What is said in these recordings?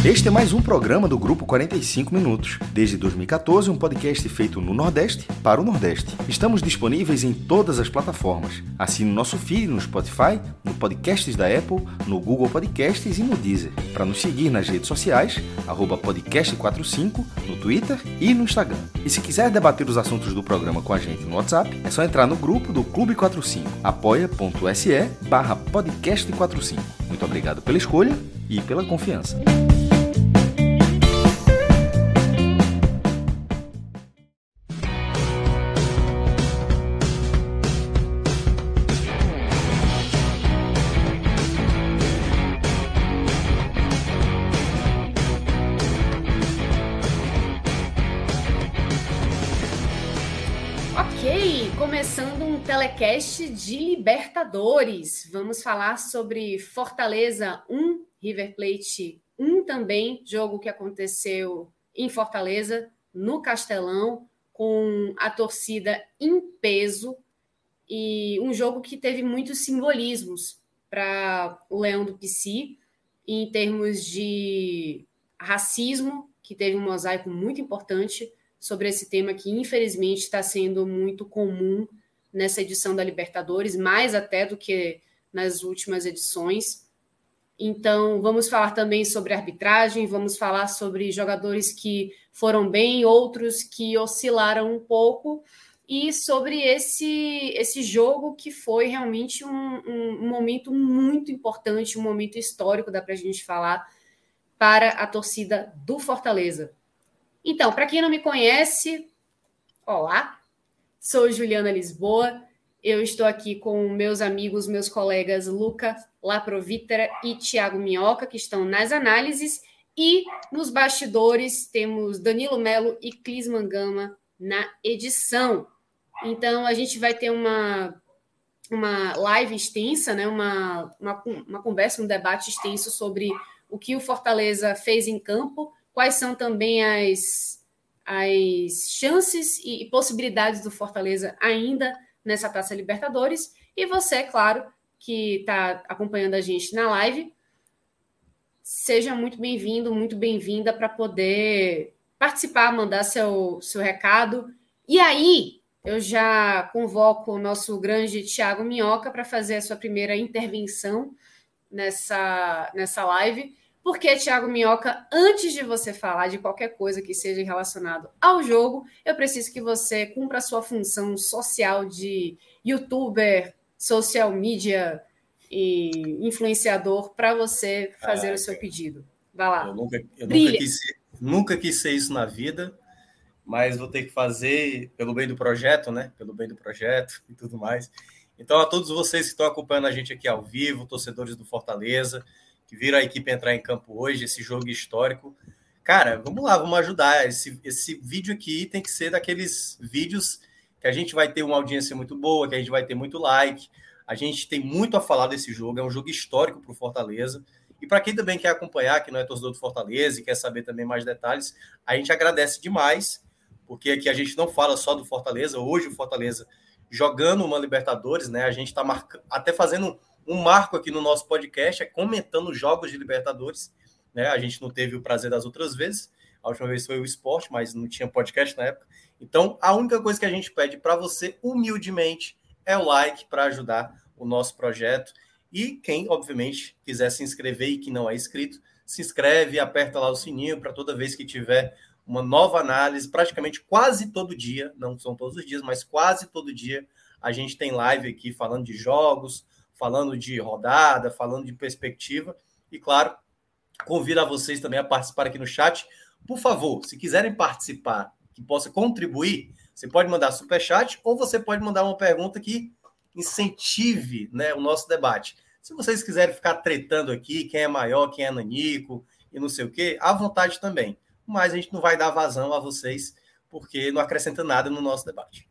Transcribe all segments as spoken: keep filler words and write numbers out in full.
Este é mais um programa do Grupo quarenta e cinco Minutos. Desde dois mil e catorze, um podcast feito no Nordeste para o Nordeste. Estamos disponíveis em todas as plataformas. Assine o nosso feed no Spotify, no Podcasts da Apple, no Google Podcasts e no Deezer. Para nos seguir nas redes sociais, arroba podcast quarenta e cinco, no Twitter e no Instagram. E se quiser debater os assuntos do programa com a gente no WhatsApp, é só entrar no grupo do Clube quarenta e cinco, apoia.se barra podcast quarenta e cinco. Muito obrigado pela escolha e pela confiança. Começando um telecast de Libertadores. Vamos falar sobre Fortaleza um, River Plate um também, jogo que aconteceu em Fortaleza, no Castelão, com a torcida em peso, e um jogo que teve muitos simbolismos para o Leão do Pici, em termos de racismo, que teve um mosaico muito importante sobre esse tema que, infelizmente, está sendo muito comum nessa edição da Libertadores, mais até do que nas últimas edições. Então, vamos falar também sobre arbitragem, vamos falar sobre jogadores que foram bem, outros que oscilaram um pouco, e sobre esse, esse jogo que foi realmente um, um, um momento muito importante, um momento histórico, dá para a gente falar, para a torcida do Fortaleza. Então, para quem não me conhece, olá, sou Juliana Lisboa, eu estou aqui com meus amigos, meus colegas Luca Laprovítera e Thiago Minhoca, que estão nas análises, e nos bastidores temos Danilo Melo e Clis Mangama na edição. Então, a gente vai ter uma, uma live extensa, né? uma, uma, uma conversa, um debate extenso sobre o que o Fortaleza fez em campo, quais são também as, as chances e, e possibilidades do Fortaleza ainda nessa Taça Libertadores. E você, claro, que está acompanhando a gente na live, seja muito bem-vindo, muito bem-vinda para poder participar, mandar seu, seu recado. E aí, eu já convoco o nosso grande Thiago Minhoca para fazer a sua primeira intervenção nessa, nessa live. Porque, Thiago Minhoca, antes de você falar de qualquer coisa que seja relacionado ao jogo, eu preciso que você cumpra a sua função social de youtuber, social media e influenciador para você fazer ah, o seu pedido. Vai lá. Eu nunca, eu nunca, quis ser, nunca quis ser isso na vida, mas vou ter que fazer pelo bem do projeto, né? Pelo bem do projeto e tudo mais. Então, a todos vocês que estão acompanhando a gente aqui ao vivo, torcedores do Fortaleza, que viram a equipe entrar em campo hoje, esse jogo histórico. Cara, vamos lá, vamos ajudar. Esse, esse vídeo aqui tem que ser daqueles vídeos que a gente vai ter uma audiência muito boa, que a gente vai ter muito like. A gente tem muito a falar desse jogo, é um jogo histórico para o Fortaleza. E para quem também quer acompanhar, que não é torcedor do Fortaleza e quer saber também mais detalhes, a gente agradece demais, porque aqui a gente não fala só do Fortaleza. Hoje o Fortaleza jogando uma Libertadores, né? A gente está marca... até fazendo um marco aqui no nosso podcast, é comentando jogos de Libertadores, né? A gente não teve o prazer das outras vezes, a última vez foi o Esporte, mas não tinha podcast na época. Então, a única coisa que a gente pede para você, humildemente, é o like para ajudar o nosso projeto. E quem, obviamente, quiser se inscrever e que não é inscrito, se inscreve e aperta lá o sininho para toda vez que tiver uma nova análise, praticamente quase todo dia, não são todos os dias, mas quase todo dia, a gente tem live aqui falando de jogos, falando de rodada, falando de perspectiva. E, claro, convido a vocês também a participar aqui no chat. Por favor, se quiserem participar, que possa contribuir, você pode mandar superchat ou você pode mandar uma pergunta que incentive, né, o nosso debate. Se vocês quiserem ficar tretando aqui, quem é maior, quem é nanico e não sei o quê, à vontade também. Mas a gente não vai dar vazão a vocês, porque não acrescenta nada no nosso debate.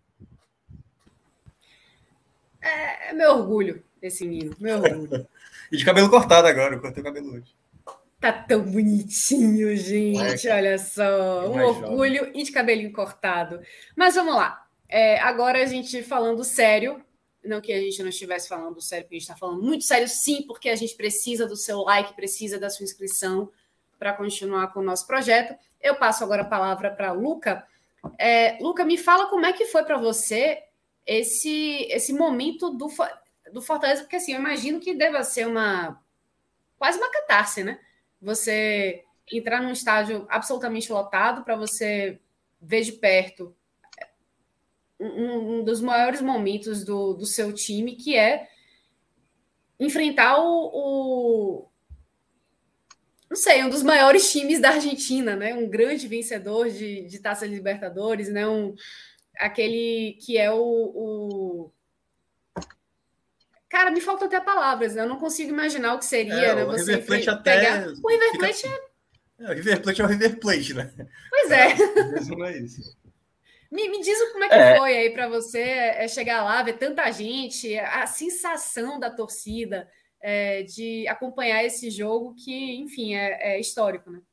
É, é meu orgulho esse menino, meu orgulho. E de cabelo cortado agora, eu cortei o cabelo hoje. Tá tão bonitinho, gente, é, olha só. Um orgulho jovem. E de cabelinho cortado. Mas vamos lá. É, agora a gente falando sério, não que a gente não estivesse falando sério, porque a gente está falando muito sério sim, porque a gente precisa do seu like, precisa da sua inscrição. para continuar com o nosso projeto. Eu passo agora a palavra para Luca. É, Luca, me fala como é que foi para você esse, esse momento do, do Fortaleza, porque assim, eu imagino que deva ser uma quase uma catarse, né? Você entrar num estádio absolutamente lotado para você ver de perto um, um dos maiores momentos do, do seu time, que é enfrentar o, o não sei, um dos maiores times da Argentina, né? Um grande vencedor de, de Taça Libertadores, né? Um, aquele que é o, o... Cara, me faltam até palavras, né? Eu não consigo imaginar o que seria, é, né? O Você River Plate pegar... até O River fica... Plate é... é... O River Plate é o River Plate, né? Pois é. é não é isso. Me, me diz como é que é. foi aí para você é, chegar lá, ver tanta gente, a sensação da torcida, é, de acompanhar esse jogo que, enfim, é, é histórico, né?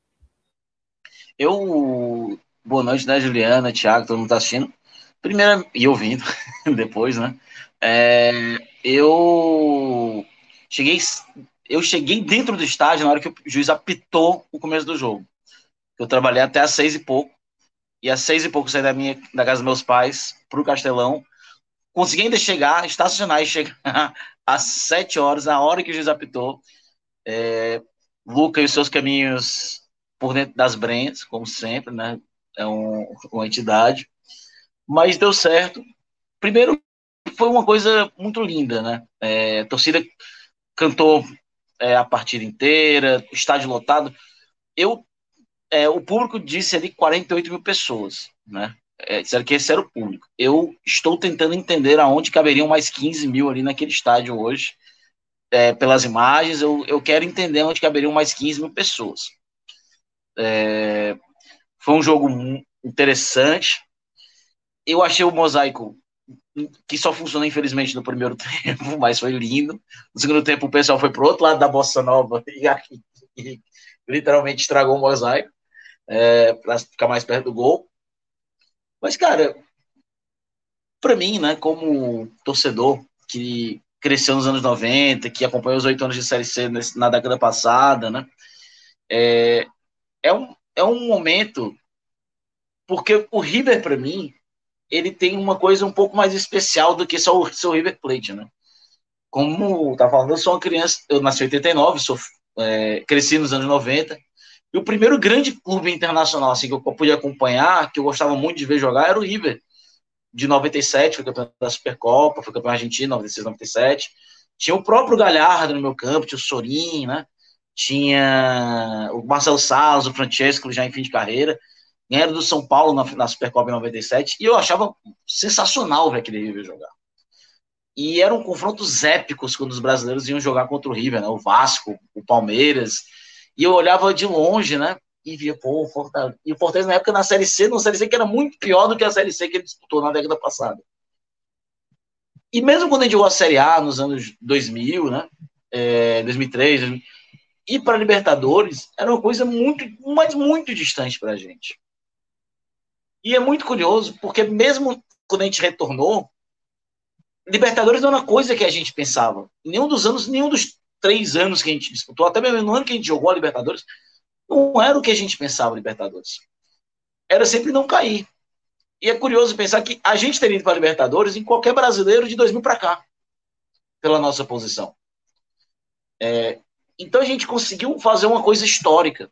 Eu... Boa noite, né, Juliana, Thiago, todo mundo tá assistindo. Primeiro, e ouvindo, depois, né? É, eu cheguei eu cheguei dentro do estádio na hora que o juiz apitou o começo do jogo. Eu trabalhei até às seis e pouco, e às seis e pouco saí da, minha, da casa dos meus pais pro Castelão. Consegui ainda chegar, estacionar e chegar às sete horas, na hora que o juiz apitou. É, Luca e os seus caminhos por dentro das brenhas, como sempre, né? É um, uma entidade. Mas deu certo. Primeiro, foi uma coisa muito linda, né? É, a torcida cantou é, a partida inteira, estádio lotado. Eu, é, o público disse ali quarenta e oito mil pessoas, né? É, disseram que esse era o público. Eu estou tentando entender aonde caberiam mais quinze mil ali naquele estádio hoje. É, pelas imagens, eu, eu quero entender onde caberiam mais quinze mil pessoas. É, foi um jogo interessante. Eu achei o mosaico que só funcionou, infelizmente, no primeiro tempo, mas foi lindo. No segundo tempo, o pessoal foi pro outro lado da bossa nova e, e literalmente estragou o mosaico, é, para ficar mais perto do gol. Mas, cara, para mim, né, como torcedor que cresceu nos anos noventa, que acompanhou os oito anos de Série C nesse, na década passada, né, é, é, um, é um momento, porque o River, para mim, ele tem uma coisa um pouco mais especial do que só o seu River Plate, né? Como tá falando, eu sou uma criança, eu nasci em oitenta e nove, sou, é, cresci nos anos noventa, e o primeiro grande clube internacional assim, que eu pude acompanhar, que eu gostava muito de ver jogar, era o River, de noventa e sete, foi campeão da Supercopa, foi campeão argentino, noventa e seis, noventa e sete, tinha o próprio Galhardo no meu campo, tinha o Sorin, né? Tinha o Marcelo Salles, o Francesco, já em fim de carreira, ganharam do São Paulo na, na Supercopa em noventa e sete, e eu achava sensacional ver aquele River jogar. E eram confrontos épicos quando os brasileiros iam jogar contra o River, né? O Vasco, o Palmeiras, e eu olhava de longe, né? E via, pô, o Fortaleza. E o Fortaleza na época na Série C, na Série C que era muito pior do que a Série C que ele disputou na década passada. E mesmo quando a gente jogou a Série A nos anos dois mil, né? É, dois mil e três, dois mil, e para Libertadores era uma coisa muito, mas muito distante para a gente. E é muito curioso, porque mesmo quando a gente retornou, Libertadores não era uma coisa que a gente pensava. Nenhum dos anos, nenhum dos três anos que a gente disputou, até mesmo no ano que a gente jogou a Libertadores, não era o que a gente pensava Libertadores. Era sempre não cair. E é curioso pensar que a gente teria ido para a Libertadores em qualquer brasileiro de dois mil para cá, pela nossa posição. É, então a gente conseguiu fazer uma coisa histórica.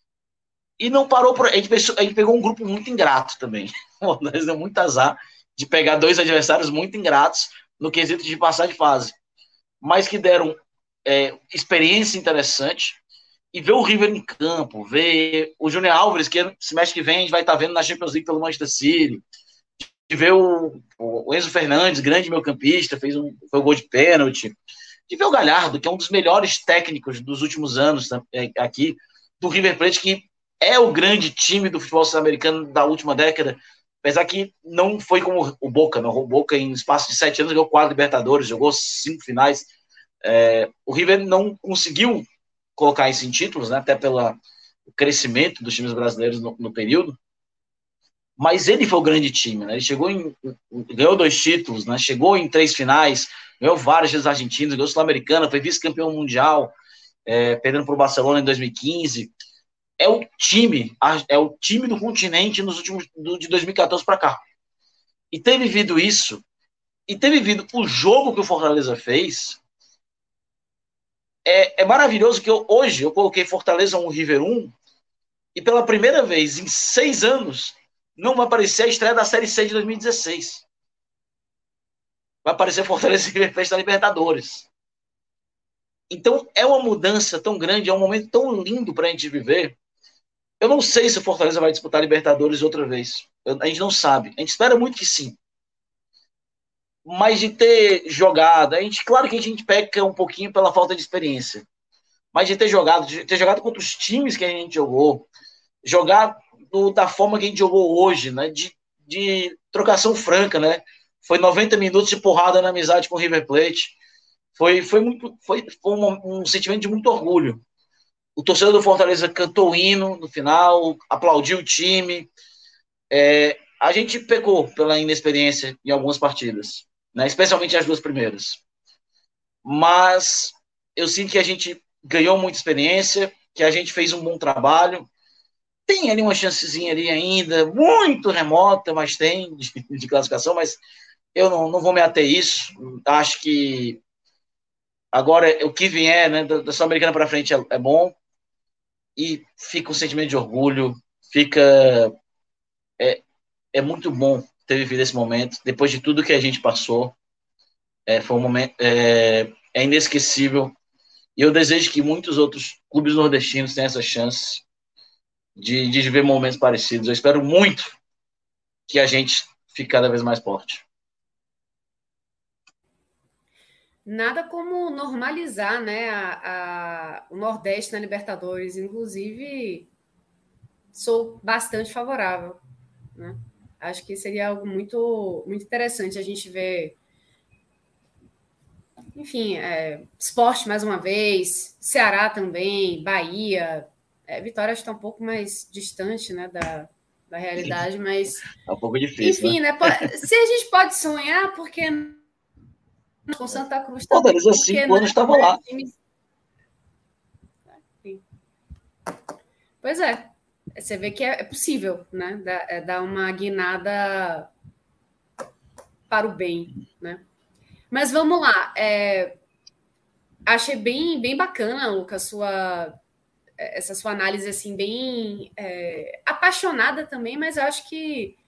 E não parou por. A gente, pensou, a gente pegou um grupo muito ingrato também. Nós deu muito azar de pegar dois adversários muito ingratos no quesito de passar de fase. Mas que deram é, experiência interessante. E ver o River em campo, ver o Júnior Álvares, que semestre que vem a gente vai estar vendo na Champions League pelo Manchester City. De ver o, o Enzo Fernandes, grande meio-campista, fez um, foi um gol de pênalti. De ver o Galhardo, que é um dos melhores técnicos dos últimos anos aqui, do River Plate, que é o grande time do futebol sul-americano da última década, apesar que não foi como o Boca, não. O Boca em espaço de sete anos jogou quatro Libertadores, jogou cinco finais. É, o River não conseguiu colocar isso em títulos, né, até pelo crescimento dos times brasileiros no, no período, mas ele foi o grande time, né? Ele chegou em, ganhou dois títulos, né? Chegou em três finais, ganhou vários dos argentinos, ganhou Sul-Americana, foi vice-campeão mundial, é, perdendo para o Barcelona em dois mil e quinze. é o time, é o time do continente nos últimos, do, de dois mil e quatorze para cá. E ter vivido isso, e ter vivido o jogo que o Fortaleza fez, é, é maravilhoso que eu, hoje eu coloquei Fortaleza um, River um, e pela primeira vez em seis anos, não vai aparecer a estreia da Série C de dois mil e dezesseis. Vai aparecer Fortaleza e River Plate da Libertadores. Então, é uma mudança tão grande, é um momento tão lindo para a gente viver. Eu não sei se o Fortaleza vai disputar a Libertadores outra vez. Eu, a gente não sabe. A gente espera muito que sim. Mas de ter jogado, a gente, claro que a gente peca um pouquinho pela falta de experiência. Mas de ter jogado, de ter jogado contra os times que a gente jogou, jogar do, da forma que a gente jogou hoje, né? De, de trocação franca, né? Foi noventa minutos de porrada na amizade com o River Plate. Foi, foi, muito, foi, foi um, um sentimento de muito orgulho. O torcedor do Fortaleza cantou o hino no final, aplaudiu o time. É, a gente pecou pela inexperiência em algumas partidas, né? Especialmente as duas primeiras. Mas eu sinto que a gente ganhou muita experiência, que a gente fez um bom trabalho. Tem ali uma chancezinha ali ainda, muito remota, mas tem, de, de classificação, mas eu não, não vou me ater a isso. Acho que agora o que vier, né, da Sul-Americana para frente é, é bom. E fica um sentimento de orgulho, fica... É, é muito bom ter vivido esse momento, depois de tudo que a gente passou. É, foi um momento... É, é inesquecível. E eu desejo que muitos outros clubes nordestinos tenham essa chance de, de viver momentos parecidos. Eu espero muito que a gente fique cada vez mais forte. Nada como normalizar, né, a, a, o Nordeste na Libertadores. Inclusive, sou bastante favorável, né? Acho que seria algo muito, muito interessante a gente ver, enfim, é, Sport mais uma vez, Ceará também, Bahia. É, Vitória está um pouco mais distante, né, da, da realidade, mas... É um pouco difícil, enfim, né? né? Se a gente pode sonhar, porque com Santa Cruz também. Fortaleza, cinco anos estava lá. Pois é. Você vê que é possível, né? Dar, dar uma guinada para o bem, né? Mas vamos lá. É... Achei bem, bem bacana, Lucas, sua, essa sua análise assim, bem é... apaixonada também, mas eu acho que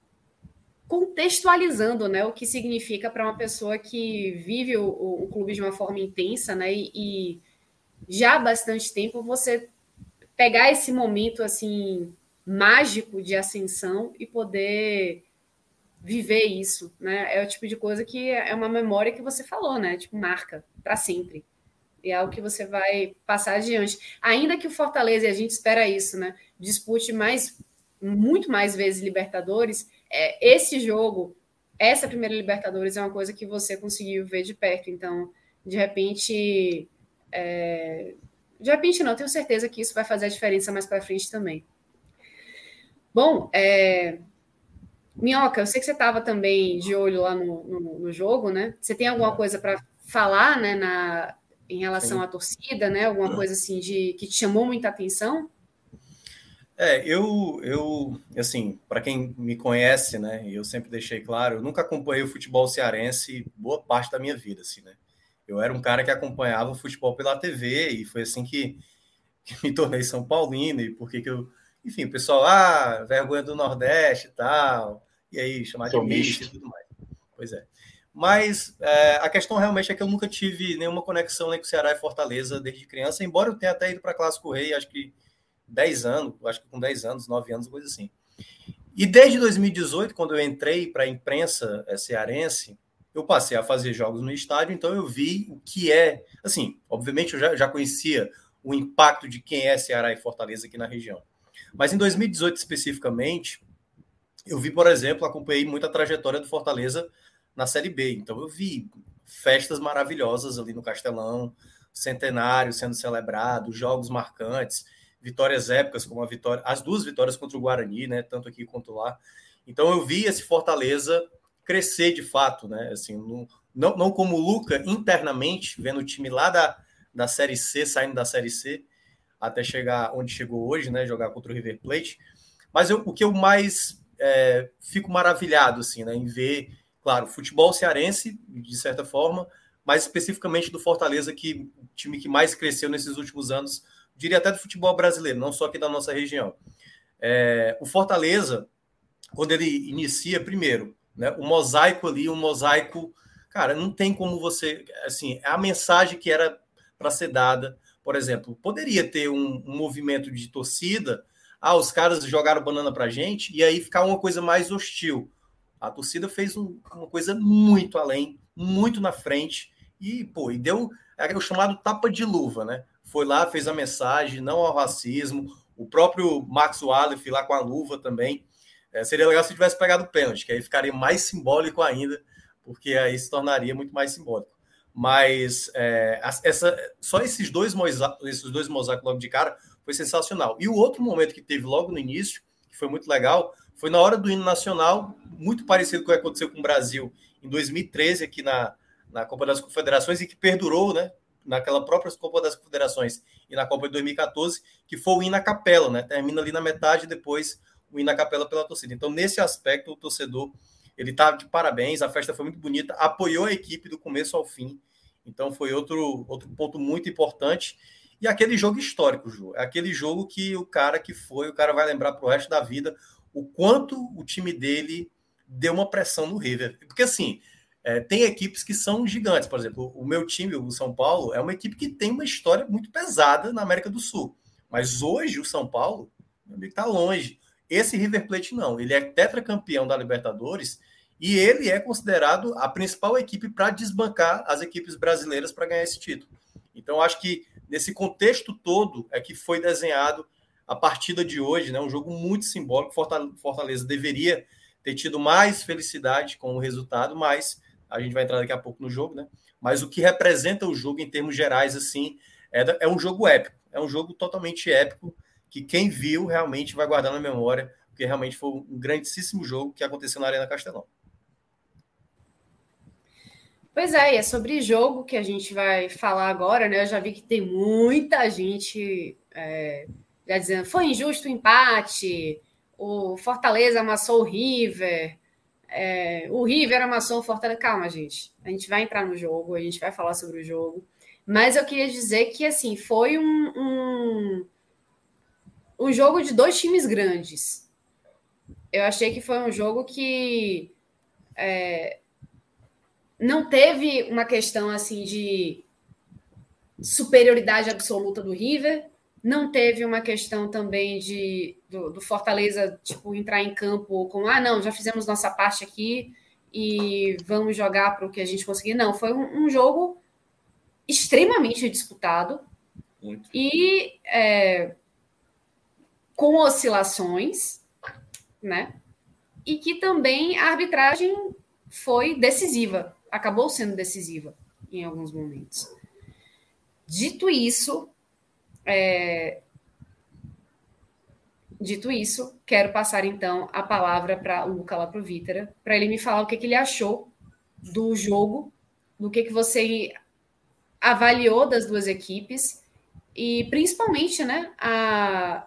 contextualizando, né, o que significa para uma pessoa que vive o, o, o clube de uma forma intensa, né, e, e já há bastante tempo você pegar esse momento assim mágico de ascensão e poder viver isso, né, é o tipo de coisa que é uma memória que você falou, né, tipo marca para sempre. E é algo que você vai passar adiante. Ainda que o Fortaleza, e a gente espera isso, né, dispute mais, muito mais vezes Libertadores, é, esse jogo, essa primeira Libertadores é uma coisa que você conseguiu ver de perto. Então, de repente... É, de repente não, tenho certeza que isso vai fazer a diferença mais para frente também. Bom, é, Minhoca, eu sei que você estava também de olho lá no, no, no jogo, né? Você tem alguma coisa para falar, né, na, em relação Sim. à torcida, né? Alguma coisa assim de que te chamou muita atenção? É, eu, eu assim, para quem me conhece, né, eu sempre deixei claro, eu nunca acompanhei o futebol cearense boa parte da minha vida, assim, né? Eu era um cara que acompanhava o futebol pela T V e foi assim que, que me tornei São Paulino e porque que eu, enfim, o pessoal, ah, vergonha do Nordeste e tal, e aí chamar de misto e tudo mais. Pois é. Mas é, a questão realmente é que eu nunca tive nenhuma conexão nem com Ceará e Fortaleza desde criança, embora eu tenha até ido para Clássico Rei, acho que dez anos, acho que com dez anos, nove anos, coisa assim. E desde dois mil e dezoito, quando eu entrei para a imprensa cearense, eu passei a fazer jogos no estádio, então eu vi o que é... Assim, obviamente eu já, já conhecia o impacto de quem é Ceará e Fortaleza aqui na região. Mas em dois mil e dezoito, especificamente, eu vi, por exemplo, acompanhei muito a trajetória do Fortaleza na Série B. Então eu vi festas maravilhosas ali no Castelão, centenário sendo celebrado, jogos marcantes, vitórias épicas, como a vitória, as duas vitórias contra o Guarani, né, tanto aqui quanto lá. Então eu vi esse Fortaleza crescer de fato, né, assim, no, não, não como o Luca internamente, vendo o time lá da, da Série C, saindo da Série C, até chegar onde chegou hoje, né, jogar contra o River Plate. Mas eu, o que eu mais é, fico maravilhado assim, né, em ver, claro, futebol cearense, de certa forma, mas especificamente do Fortaleza, que o time que mais cresceu nesses últimos anos, diria até do futebol brasileiro, não só aqui da nossa região. É, o Fortaleza, quando ele inicia, primeiro, né, o mosaico ali, um mosaico, cara, não tem como você, assim, a mensagem que era para ser dada, por exemplo, poderia ter um, um movimento de torcida, ah, os caras jogaram banana pra gente, e aí ficar uma coisa mais hostil. A torcida fez um, uma coisa muito além, muito na frente, e, pô, e deu é o chamado tapa de luva, né? Foi lá, fez a mensagem, não ao racismo, o próprio Max Wallace lá com a luva também. É, seria legal se tivesse pegado o pênalti, que aí ficaria mais simbólico ainda, porque aí se tornaria muito mais simbólico. Mas é, essa, só esses dois, esses dois mosaicos logo de cara foi sensacional. E o outro momento que teve logo no início, que foi muito legal, foi na hora do hino nacional, muito parecido com o que aconteceu com o Brasil em dois mil e treze, aqui na, na Copa das Confederações, e que perdurou, né, naquela própria Copa das Confederações e na Copa de dois mil e quatorze, que foi o hino à capela, né? Termina ali na metade e depois o hino à capela pela torcida. Então, nesse aspecto, o torcedor ele está de parabéns, a festa foi muito bonita, apoiou a equipe do começo ao fim. Então, foi outro, outro ponto muito importante. E aquele jogo histórico, Ju, é aquele jogo que o cara que foi, o cara vai lembrar para o resto da vida o quanto o time dele deu uma pressão no River. Porque, assim, é, tem equipes que são gigantes. Por exemplo, o meu time, o São Paulo, é uma equipe que tem uma história muito pesada na América do Sul. Mas hoje, o São Paulo, meu amigo, está longe. Esse River Plate não, ele é tetracampeão da Libertadores e ele é considerado a principal equipe para desbancar as equipes brasileiras para ganhar esse título. Então, acho que nesse contexto todo é que foi desenhado a partida de hoje, né? Um jogo muito simbólico. Fortaleza deveria ter tido mais felicidade com o resultado, mas a gente vai entrar daqui a pouco no jogo, né? Mas o que representa o jogo em termos gerais, assim, é, é um jogo épico, é um jogo totalmente épico, que quem viu realmente vai guardar na memória, porque realmente foi um grandíssimo jogo que aconteceu na Arena Castelão. Pois é, e é sobre jogo que a gente vai falar agora, né? Eu já vi que tem muita gente é, já dizendo, foi injusto o empate, o Fortaleza amassou o River, é, o River amassou o Fortaleza. Calma, gente, a gente vai entrar no jogo, a gente vai falar sobre o jogo, mas eu queria dizer que, assim, foi um... um um jogo de dois times grandes. Eu achei que foi um jogo que é, não teve uma questão assim de superioridade absoluta do River, não teve uma questão também de do, do Fortaleza tipo, entrar em campo com ah, não, já fizemos nossa parte aqui e vamos jogar para o que a gente conseguir. Não, foi um, um jogo extremamente disputado. Muito. E é, com oscilações, né? E que também a arbitragem foi decisiva, acabou sendo decisiva em alguns momentos. Dito isso, é... dito isso, quero passar então a palavra para o Luca Laprovítera, para ele me falar o que, que ele achou do jogo, do que, que você avaliou das duas equipes e principalmente, né, a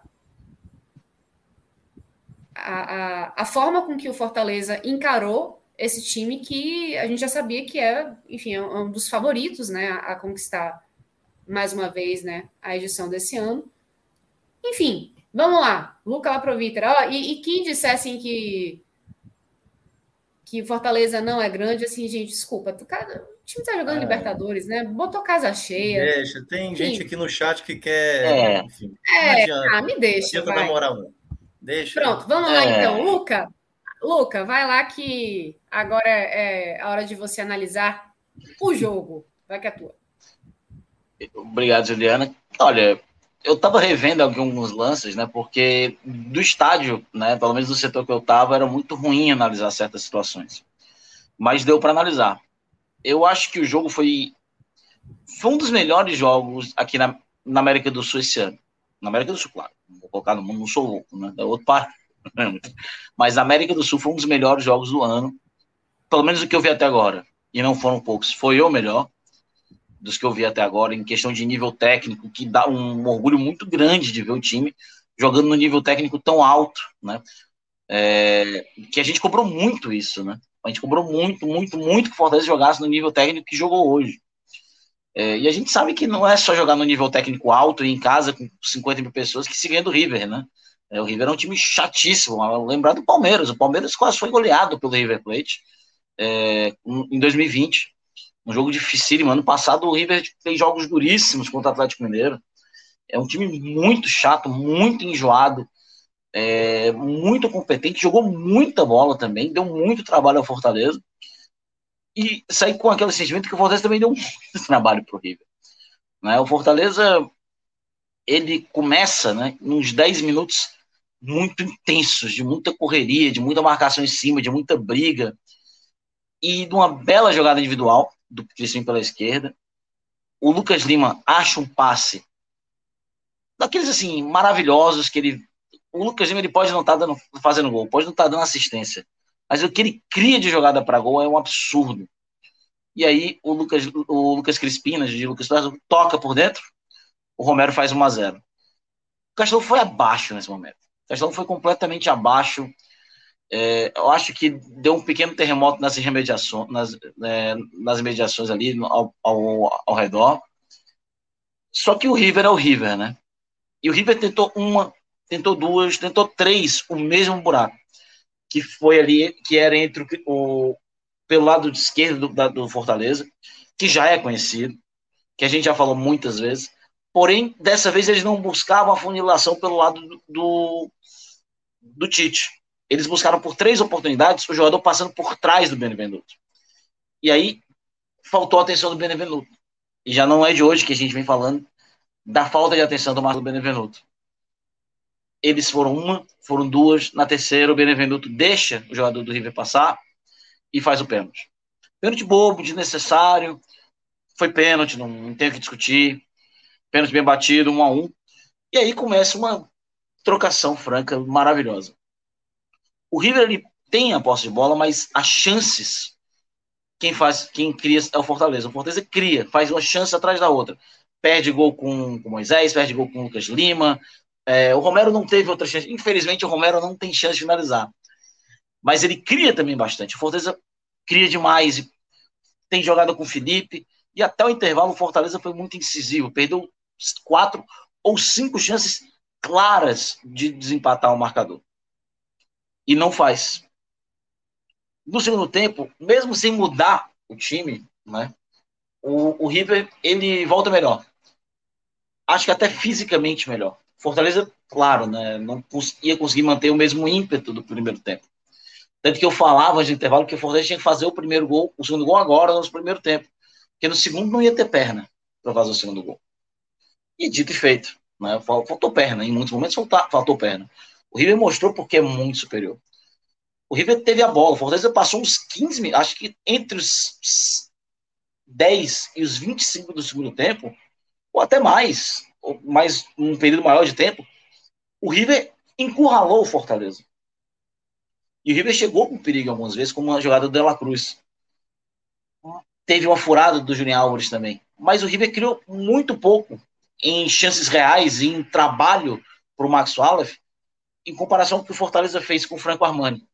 A, a, a forma com que o Fortaleza encarou esse time que a gente já sabia que é, enfim, é um dos favoritos, né, a, a conquistar mais uma vez, né, a edição desse ano. Enfim, vamos lá, Luca Laprovítera. Oh, e, e quem dissessem que que Fortaleza não é grande, assim, gente, desculpa, o time tá jogando ah, Libertadores, né? Botou casa cheia. Deixa, tem enfim. gente aqui no chat que quer. É, enfim, é ah, me deixa. Não adianta namorar um. Deixa. Pronto, vamos é. lá então. Luca, Luca, vai lá que agora é a hora de você analisar o jogo. Vai que é tua. Obrigado, Juliana. Olha, eu estava revendo alguns lances, né? Porque do estádio, né? Pelo menos do setor que eu estava, era muito ruim analisar certas situações. Mas deu para analisar. Eu acho que o jogo foi, foi um dos melhores jogos aqui na, na América do Sul esse ano. Na América do Sul, claro. Vou colocar no mundo, não sou louco, né? É outro par. Mas a América do Sul foi um dos melhores jogos do ano. Pelo menos o que eu vi até agora. E não foram poucos. Foi o melhor. dos que eu vi até agora, em questão de nível técnico, que dá um orgulho muito grande de ver o time jogando no nível técnico tão alto, né? É, que a gente cobrou muito isso, né? A gente cobrou muito, muito, muito que o Fortaleza jogasse no nível técnico que jogou hoje. É, e a gente sabe que não é só jogar no nível técnico alto e em casa com cinquenta mil pessoas que se ganha do River, né? É, o River é um time chatíssimo. Lembrar do Palmeiras. O Palmeiras quase foi goleado pelo River Plate é, em dois mil e vinte. Um jogo dificílimo. Ano passado o River fez jogos duríssimos contra o Atlético Mineiro. É um time muito chato, muito enjoado. É, muito competente, jogou muita bola também, deu muito trabalho ao Fortaleza e saí com aquele sentimento que o Fortaleza também deu muito trabalho para o River, né? O Fortaleza, ele começa, né, uns dez minutos muito intensos, de muita correria, de muita marcação em cima, de muita briga e de uma bela jogada individual do Crispim pela esquerda. O Lucas Lima acha um passe daqueles assim maravilhosos que ele o Lucas Lima ele pode não estar tá fazendo gol, pode não estar tá dando assistência, mas o que ele cria de jogada para gol é um absurdo. E aí o Lucas, o Lucas Crispim, de Lucas Crispim, toca por dentro, o Romero faz um a zero. O Castelão foi abaixo nesse momento. O Castelão foi completamente abaixo. É, eu acho que deu um pequeno terremoto nas remediações, nas, é, nas mediações ali ao, ao, ao redor. Só que o River é o River, né? E o River tentou uma, tentou duas, tentou três, o mesmo buraco, que foi ali, que era entre o, o pelo lado esquerdo do, da, do Fortaleza, que já é conhecido, que a gente já falou muitas vezes, porém, dessa vez eles não buscavam a funilação pelo lado do, do, do Tite. Eles buscaram por três oportunidades, o jogador passando por trás do Benevenuto. E aí, faltou a atenção do Benevenuto. E já não é de hoje que a gente vem falando da falta de atenção do Marcos Benevenuto. Eles foram uma, foram duas, na terceira o Benevenuto deixa o jogador do River passar e faz o pênalti. Pênalti bobo, desnecessário, foi pênalti, não, não tem o que discutir, pênalti bem batido, um a um, e aí começa uma trocação franca maravilhosa. O River ele tem a posse de bola, mas as chances, quem faz, quem cria é o Fortaleza. O Fortaleza cria, faz uma chance atrás da outra. Perde gol com o Moisés, perde gol com o Lucas Lima. É, o Romero não teve outra chance. Infelizmente, o Romero não tem chance de finalizar. Mas ele cria também bastante. O Fortaleza cria demais. Tem jogada com o Felipe. E até o intervalo, o Fortaleza foi muito incisivo. Perdeu quatro ou cinco chances claras de desempatar o marcador. E não faz. No segundo tempo, mesmo sem mudar o time, né, o, o River ele volta melhor. Acho que até fisicamente melhor. Fortaleza, claro, né, não ia conseguir manter o mesmo ímpeto do primeiro tempo. Tanto que eu falava de intervalo que o Fortaleza tinha que fazer o primeiro gol, o segundo gol agora, no primeiro tempo. Porque no segundo não ia ter perna para fazer o segundo gol. E dito e feito. Né, faltou perna. Em muitos momentos faltou, faltou perna. O River mostrou porque é muito superior. O River teve a bola. O Fortaleza passou uns quinze minutos, acho que entre os dez e os vinte e cinco do segundo tempo, ou até mais, ou mais um período maior de tempo, o River encurralou o Fortaleza. E o River chegou com perigo algumas vezes, como uma jogada do De La Cruz. Teve uma furada do Julián Álvares também. Mas o River criou muito pouco em chances reais e em trabalho para o Max Wallace, em comparação com o que o Fortaleza fez com o Franco Armani.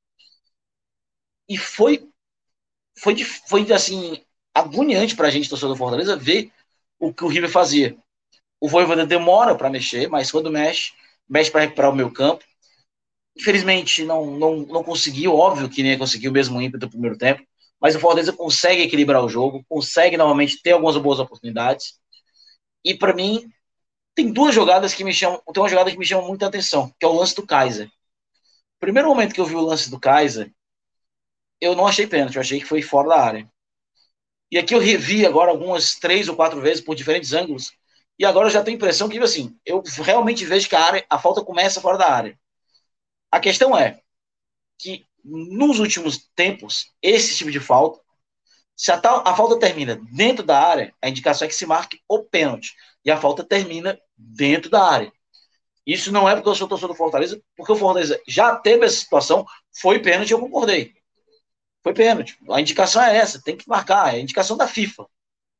E foi, foi, foi assim, agoniante para a gente, torcedor do Fortaleza, ver o que o River fazia. O Vojvoda demora para mexer, mas quando mexe, mexe para recuperar o meio campo. Infelizmente, não, não, não conseguiu, óbvio que nem ia conseguir o mesmo ímpeto do primeiro tempo, mas o Fortaleza consegue equilibrar o jogo, consegue novamente ter algumas boas oportunidades. E para mim, tem duas jogadas que me chamam, tem uma jogada que me chama muita atenção, que é o lance do Kaiser. O primeiro momento que eu vi o lance do Kaiser, eu não achei pênalti, eu achei que foi fora da área. E aqui eu revi agora algumas três ou quatro vezes por diferentes ângulos, e agora eu já tenho a impressão que, assim, eu realmente vejo que a, área, a falta começa fora da área. A questão é que, nos últimos tempos, esse tipo de falta, se a, tal, a falta termina dentro da área, a indicação é que se marque o pênalti, e a falta termina dentro da área. Isso não é porque eu sou torcedor do Fortaleza, porque o Fortaleza já teve essa situação, foi pênalti, eu concordei. Foi pênalti. A indicação é essa, tem que marcar, é a indicação da FIFA.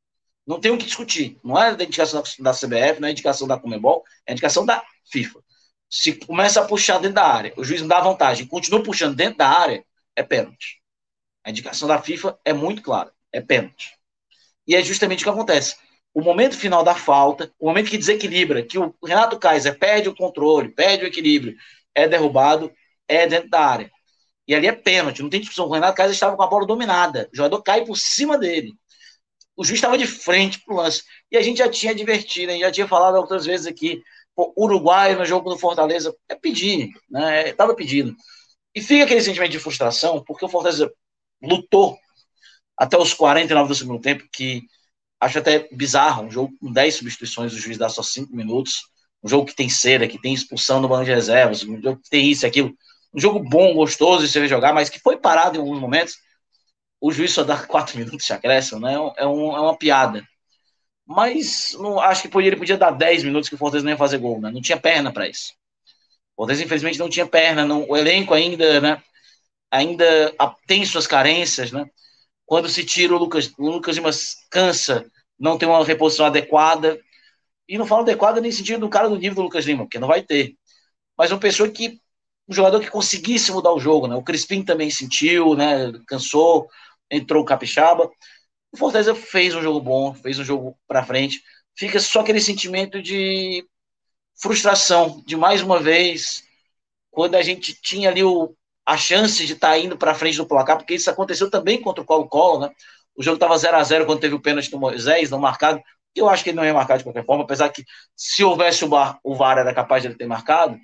Não tem o que discutir. Não é a indicação da C B F, não é a indicação da Conmebol, é a indicação da FIFA. Se começa a puxar dentro da área, o juiz não dá vantagem, continua puxando dentro da área, é pênalti. A indicação da FIFA é muito clara, é pênalti. E é justamente o que acontece. O momento final da falta, o momento que desequilibra, que o Renato Kaiser perde o controle, perde o equilíbrio, é derrubado, é dentro da área. E ali é pênalti, não tem discussão. O Renato Kaiser estava com a bola dominada, o jogador cai por cima dele. O juiz estava de frente pro lance. E a gente já tinha advertido, a gente já tinha falado outras vezes aqui, o Uruguai no jogo do Fortaleza, é pedir, né? Estava pedindo. E fica aquele sentimento de frustração, porque o Fortaleza lutou até os quarenta e nove do segundo tempo, que acho até bizarro, um jogo com dez substituições, o juiz dá só cinco minutos, um jogo que tem cera, que tem expulsão no banco de reservas, um jogo que tem isso e aquilo, um jogo bom, gostoso de você ver jogar, mas que foi parado em alguns momentos, o juiz só dá quatro minutos de acréscimo, né? É, um, é uma piada. Mas não, acho que podia, ele podia dar dez minutos que o Fortaleza não ia fazer gol, né? Não tinha perna para isso. O Fortaleza, infelizmente, não tinha perna, não, o elenco ainda, né? Ainda tem suas carências, né? Quando se tira o Lucas, o Lucas Lima cansa, não tem uma reposição adequada. E não falo adequada nem sentido do cara do nível do Lucas Lima, porque não vai ter. Mas uma pessoa que, um jogador que conseguisse mudar o jogo, né? O Crispim também sentiu, né? Cansou, entrou o Capixaba. O Fortaleza fez um jogo bom, fez um jogo para frente. Fica só aquele sentimento de frustração, de mais uma vez, quando a gente tinha ali o, a chance de estar tá indo para frente do placar, porque isso aconteceu também contra o Colo-Colo, né? O jogo estava zero a zero quando teve o pênalti do Moisés, não marcado. Eu acho que ele não ia marcar de qualquer forma, apesar que se houvesse o V A R, o V A R era capaz de ele ter marcado.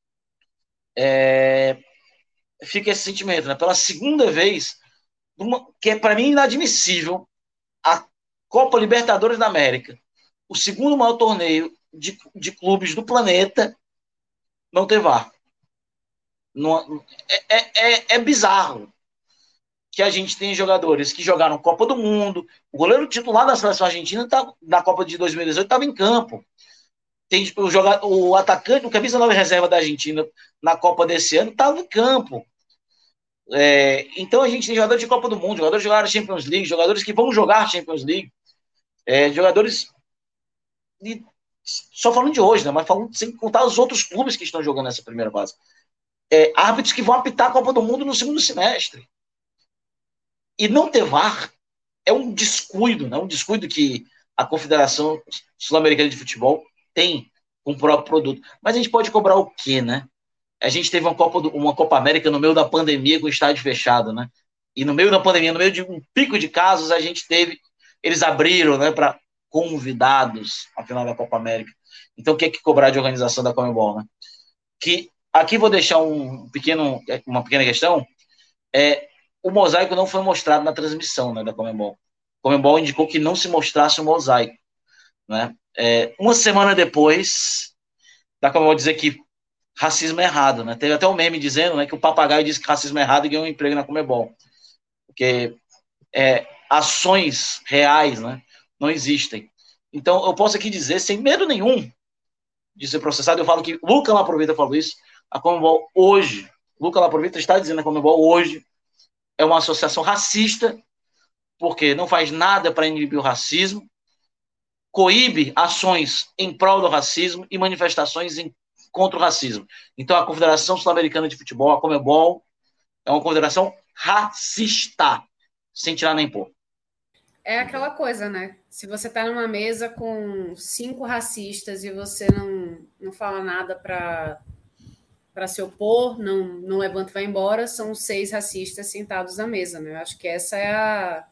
É... Fica esse sentimento, né? Pela segunda vez, uma... que é para mim inadmissível, a Copa Libertadores da América, o segundo maior torneio de, de clubes do planeta, não ter V A R. Não, é, é, é bizarro que a gente tem jogadores que jogaram Copa do Mundo. O goleiro titular da seleção argentina tá, na Copa de dois mil e dezoito estava em campo. Tem o, jogador, o atacante, o camisa nove reserva da Argentina na Copa desse ano estava em campo. É, então a gente tem jogadores de Copa do Mundo, jogadores que jogaram Champions League, jogadores que vão jogar Champions League, é, jogadores de, só falando de hoje, né, mas falando sem contar os outros clubes que estão jogando nessa primeira fase. É, árbitros que vão apitar a Copa do Mundo no segundo semestre. E não ter V A R é um descuido, né? Um descuido que a Confederação Sul-Americana de Futebol tem com o próprio produto. Mas a gente pode cobrar o quê, né? A gente teve uma Copa, do, uma Copa América no meio da pandemia com o estádio fechado, né? E no meio da pandemia, no meio de um pico de casos, a gente teve... Eles abriram, né, para convidados a final da Copa América. Então, o que é que cobrar de organização da Conmebol, né? Que aqui vou deixar um pequeno, uma pequena questão. É, o mosaico não foi mostrado na transmissão, né, da Conmebol. A Conmebol indicou que não se mostrasse o mosaico, né? É, uma semana depois da Conmebol dizer que racismo é errado, né? Teve até um meme dizendo, né, que o papagaio disse que racismo é errado e ganhou um emprego na Conmebol. Porque é, ações reais, né, não existem. Então, eu posso aqui dizer, sem medo nenhum de ser processado, eu falo que Luca Laprovita falou isso, a Conmebol hoje, Luca Laprovita está dizendo que a Conmebol hoje é uma associação racista, porque não faz nada para inibir o racismo, coíbe ações em prol do racismo e manifestações em, contra o racismo. Então, a Confederação Sul-Americana de Futebol, a Conmebol, é uma confederação racista, sem tirar nem pôr. É aquela coisa, né? Se você está numa mesa com cinco racistas e você não, não fala nada para para se opor, não, não levanta e vai embora, são seis racistas sentados na mesa, né? Eu acho que essa é a...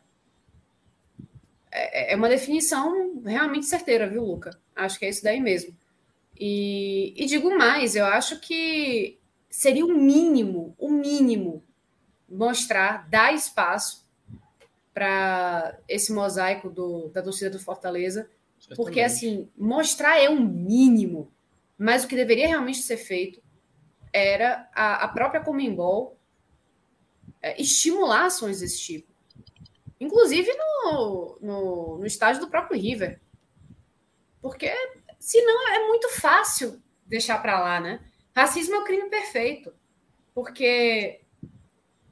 É, é uma definição realmente certeira, viu, Luca? Acho que é isso daí mesmo. E, e digo mais, eu acho que seria o mínimo, o mínimo, mostrar, dar espaço para esse mosaico do, da torcida do Fortaleza, certamente. Porque, assim, mostrar é um mínimo, mas o que deveria realmente ser feito era a, a própria Conmebol é, estimular ações desse tipo. Inclusive no, no, no estádio do próprio River. Porque, senão, é muito fácil deixar para lá, né? Racismo é o crime perfeito. Porque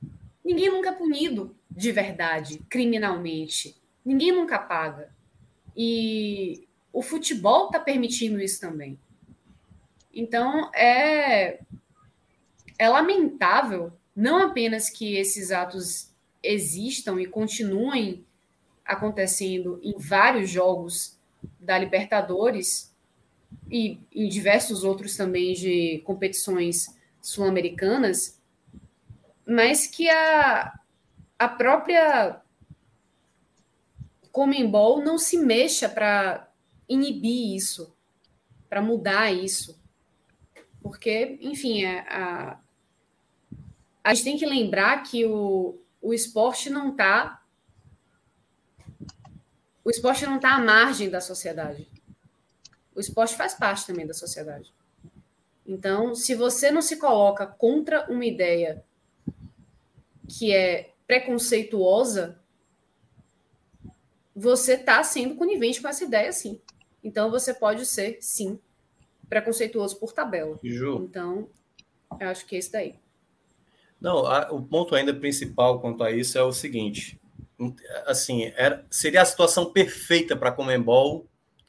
ninguém nunca é punido de verdade, criminalmente. Ninguém nunca paga. E o futebol está permitindo isso também. Então, é, é lamentável não apenas que esses atos existam e continuem acontecendo em vários jogos da Libertadores e em diversos outros também de competições sul-americanas, mas que a, a própria Conmebol não se mexa para inibir isso, para mudar isso. Porque, enfim, é, a, a gente tem que lembrar que o, o esporte não está o esporte não está à margem da sociedade. O esporte faz parte também da sociedade. Então, se você não se coloca contra uma ideia que é preconceituosa, você está sendo conivente com essa ideia, sim. Então, você pode ser, sim, preconceituoso por tabela. Ju. Então, eu acho que é isso daí. Não, a, o ponto ainda principal quanto a isso é o seguinte, assim, era, seria a situação perfeita para a Conmebol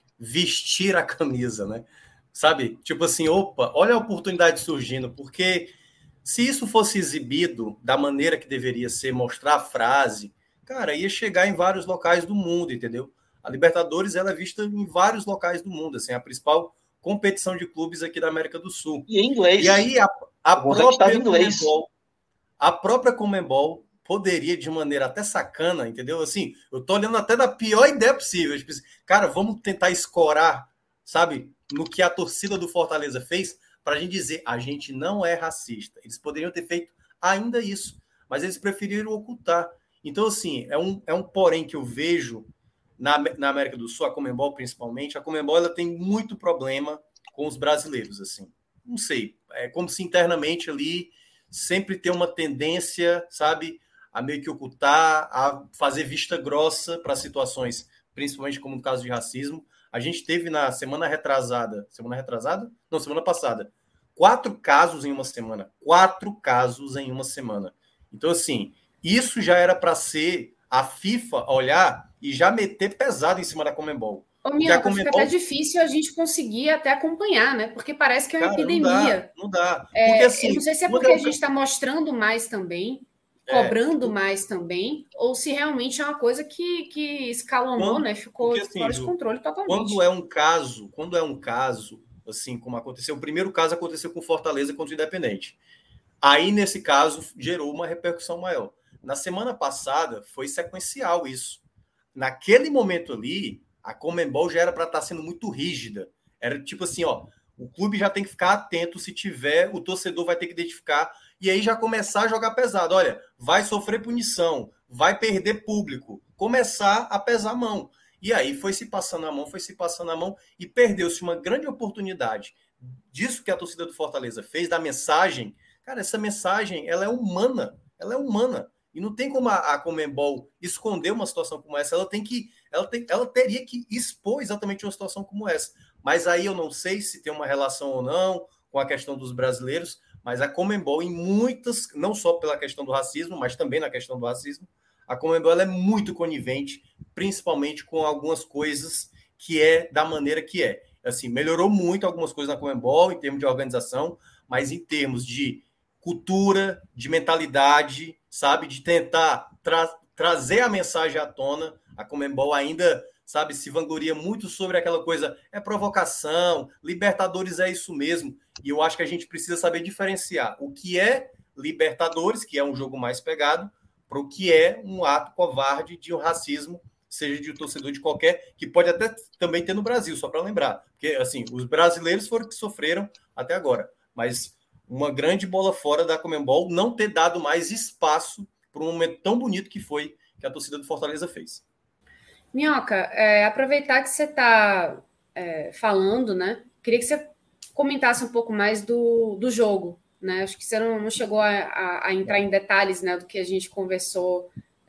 vestir a camisa, né? Sabe? Tipo assim, opa, olha a oportunidade surgindo, porque se isso fosse exibido da maneira que deveria ser, mostrar a frase, cara, ia chegar em vários locais do mundo, entendeu? A Libertadores, ela é vista em vários locais do mundo, assim, a principal competição de clubes aqui da América do Sul. E em inglês. E aí a, a própria inglês. Conmebol, a própria Conmebol poderia, de maneira até sacana, entendeu? Assim, eu tô olhando até da pior ideia possível. Tipo, cara, vamos tentar escorar, sabe, no que a torcida do Fortaleza fez, para a gente dizer, a gente não é racista. Eles poderiam ter feito ainda isso, mas eles preferiram ocultar. Então, assim, é um, é um porém que eu vejo na, na América do Sul, a Conmebol principalmente. A Conmebol, ela tem muito problema com os brasileiros, assim. Não sei, é como se internamente ali sempre tem uma tendência, sabe, a meio que ocultar, a fazer vista grossa para situações, principalmente como no caso de racismo. A gente teve na semana retrasada, semana retrasada? Não, semana passada, quatro casos em uma semana. Quatro casos em uma semana. Então, assim, isso já era para ser a FIFA olhar e já meter pesado em cima da Conmebol. Ô, Minhoca, Conmebol... fica até difícil a gente conseguir até acompanhar, né? Porque parece que é uma Cara, epidemia. Não dá, não dá. É, porque, assim, eu não sei se é porque a gente está mostrando mais também, cobrando é, mais também, ou se realmente é uma coisa que, que escalonou, quando, né? Ficou porque, assim, fora de controle totalmente. Quando é um caso, quando é um caso, assim, como aconteceu, o primeiro caso aconteceu com Fortaleza contra o Independente. Aí, nesse caso, gerou uma repercussão maior. Na semana passada, foi sequencial isso. Naquele momento ali, a Conmebol já era para estar sendo muito rígida. Era tipo assim, ó, o clube já tem que ficar atento, se tiver, o torcedor vai ter que identificar, e aí já começar a jogar pesado. Olha, vai sofrer punição, vai perder público, começar a pesar a mão. E aí foi se passando a mão, foi se passando a mão, e perdeu-se uma grande oportunidade disso que a torcida do Fortaleza fez, da mensagem. Cara, essa mensagem, ela é humana, ela é humana. E não tem como a, a Conmebol esconder uma situação como essa. Ela tem que, ela, tem, ela teria que expor exatamente uma situação como essa. Mas aí eu não sei se tem uma relação ou não com a questão dos brasileiros, mas a Conmebol, em muitas, não só pela questão do racismo, mas também na questão do racismo, a Conmebol ela é muito conivente, principalmente com algumas coisas que é da maneira que é. Assim, melhorou muito algumas coisas na Conmebol em termos de organização, mas em termos de cultura, de mentalidade, sabe, de tentar tra- trazer a mensagem à tona, a Conmebol ainda, sabe, se vangloria muito sobre aquela coisa, é provocação, Libertadores é isso mesmo, e eu acho que a gente precisa saber diferenciar o que é Libertadores, que é um jogo mais pegado, para o que é um ato covarde de um racismo, seja de um torcedor de qualquer, que pode até também ter no Brasil, só para lembrar, porque, assim, os brasileiros foram que sofreram até agora, mas uma grande bola fora da Conmebol não ter dado mais espaço para um momento tão bonito que foi que a torcida do Fortaleza fez. Minhoca, é, aproveitar que você está é, falando, né? Queria que você comentasse um pouco mais do, do jogo, né? Acho que você não, não chegou a, a, a entrar em detalhes, né, do que a gente conversou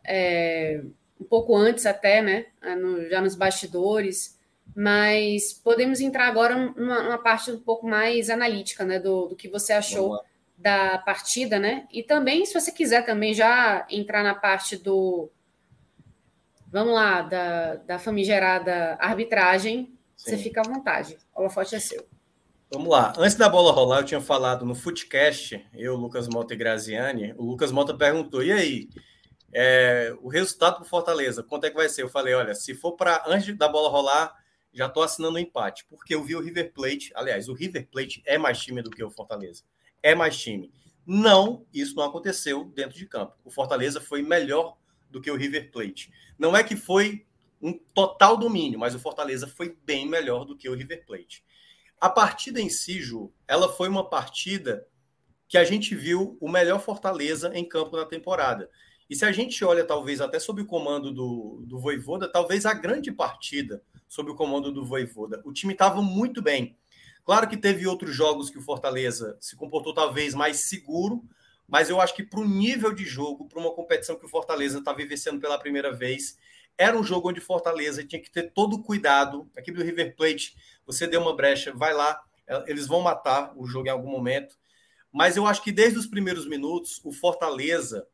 é, um pouco antes até, né? No, já nos bastidores. Mas podemos entrar agora numa, numa parte um pouco mais analítica, né, do, do que você achou da partida, né? E também, se você quiser também já entrar na parte do, Vamos lá, da, da famigerada arbitragem, Sim. Você fica à vontade. O holofote é seu. Vamos lá. Antes da bola rolar, eu tinha falado no Footcast, eu, Lucas Mota e Graziani. O Lucas Mota perguntou, e aí, é, o resultado para o Fortaleza, quanto é que vai ser? Eu falei, olha, se for para antes da bola rolar, já estou assinando um empate, porque eu vi o River Plate, aliás, o River Plate é mais time do que o Fortaleza. É mais time. Não, isso não aconteceu dentro de campo. O Fortaleza foi melhor do que o River Plate. Não é que foi um total domínio, mas o Fortaleza foi bem melhor do que o River Plate. A partida em si, Ju, ela foi uma partida que a gente viu o melhor Fortaleza em campo na temporada. E se a gente olha, talvez, até sob o comando do, do Vojvoda, talvez a grande partida sob o comando do Vojvoda. O time estava muito bem. Claro que teve outros jogos que o Fortaleza se comportou talvez mais seguro, mas eu acho que para o nível de jogo, para uma competição que o Fortaleza está vivenciando pela primeira vez, era um jogo onde o Fortaleza tinha que ter todo o cuidado. Aqui do River Plate, você deu uma brecha, vai lá, eles vão matar o jogo em algum momento. Mas eu acho que desde os primeiros minutos, o Fortaleza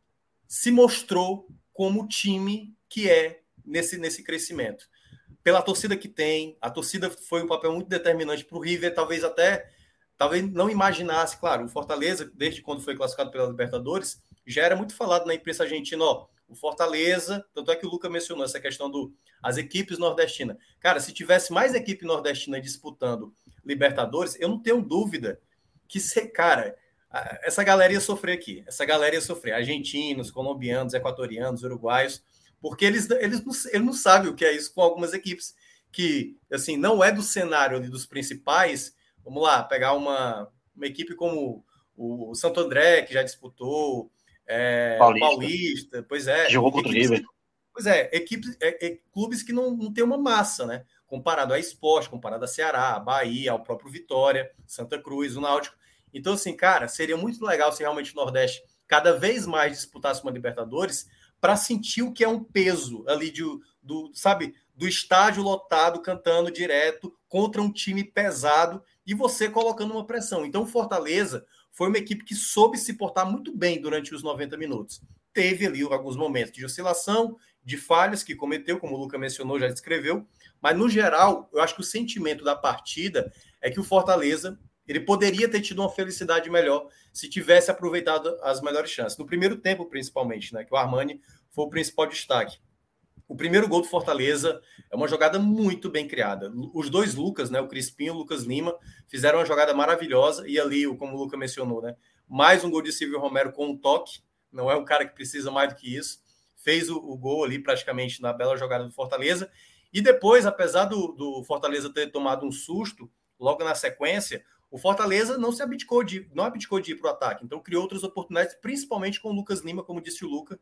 se mostrou como o time que é nesse, nesse crescimento. Pela torcida que tem, a torcida foi um papel muito determinante para o River, talvez até talvez não imaginasse, claro, o Fortaleza, desde quando foi classificado pela Libertadores, já era muito falado na imprensa argentina, ó, o Fortaleza, tanto é que o Luca mencionou essa questão do as equipes nordestinas. Cara, se tivesse mais equipe nordestina disputando Libertadores, eu não tenho dúvida que, cara, essa galera ia sofrer aqui. Essa galera ia sofrer. Argentinos, colombianos, equatorianos, uruguaios, porque eles, eles, não, eles não sabem o que é isso com algumas equipes que, assim, não é do cenário ali dos principais. Vamos lá, pegar uma, uma equipe como o Santo André, que já disputou, é, Paulista. Paulista, pois é. Jogou contra o River. Pois é, equipes, é, é, clubes que não, não tem uma massa, né? Comparado a Sport, comparado a Ceará, a Bahia, ao próprio Vitória, Santa Cruz, o Náutico. Então, assim, cara, seria muito legal se realmente o Nordeste cada vez mais disputasse uma Libertadores para sentir o que é um peso ali de, do, sabe, do estádio lotado, cantando direto contra um time pesado e você colocando uma pressão. Então, o Fortaleza foi uma equipe que soube se portar muito bem durante os noventa minutos. Teve ali alguns momentos de oscilação, de falhas que cometeu, como o Luca mencionou, já descreveu, mas, no geral, eu acho que o sentimento da partida é que o Fortaleza ele poderia ter tido uma felicidade melhor se tivesse aproveitado as melhores chances. No primeiro tempo, principalmente, né, que o Armani foi o principal destaque. O primeiro gol do Fortaleza é uma jogada muito bem criada. Os dois Lucas, né, o Crispim e o Lucas Lima, fizeram uma jogada maravilhosa. E ali, como o Luca mencionou, né, mais um gol de Silvio Romero com um toque. Não é um cara que precisa mais do que isso. Fez o, o gol ali praticamente na bela jogada do Fortaleza. E depois, apesar do, do Fortaleza ter tomado um susto, logo na sequência, o Fortaleza não se abdicou de, não abdicou de ir para o ataque. Então, criou outras oportunidades, principalmente com o Lucas Lima, como disse o Luca,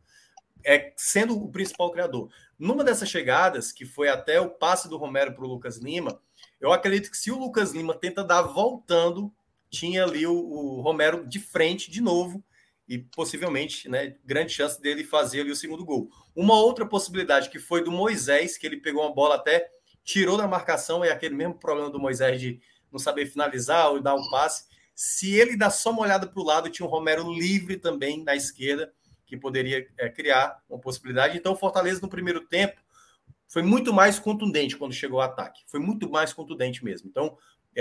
é, sendo o principal criador. Numa dessas chegadas, que foi até o passe do Romero para o Lucas Lima, eu acredito que se o Lucas Lima tenta dar voltando, tinha ali o, o Romero de frente de novo e possivelmente, né, grande chance dele fazer ali o segundo gol. Uma outra possibilidade que foi do Moisés, que ele pegou uma bola até, tirou da marcação, é aquele mesmo problema do Moisés de não saber finalizar ou dar um passe. Se ele dá só uma olhada para o lado, tinha um Romero livre também na esquerda, que poderia é, criar uma possibilidade. Então, o Fortaleza, no primeiro tempo, foi muito mais contundente quando chegou ao ataque. Foi muito mais contundente mesmo. Então,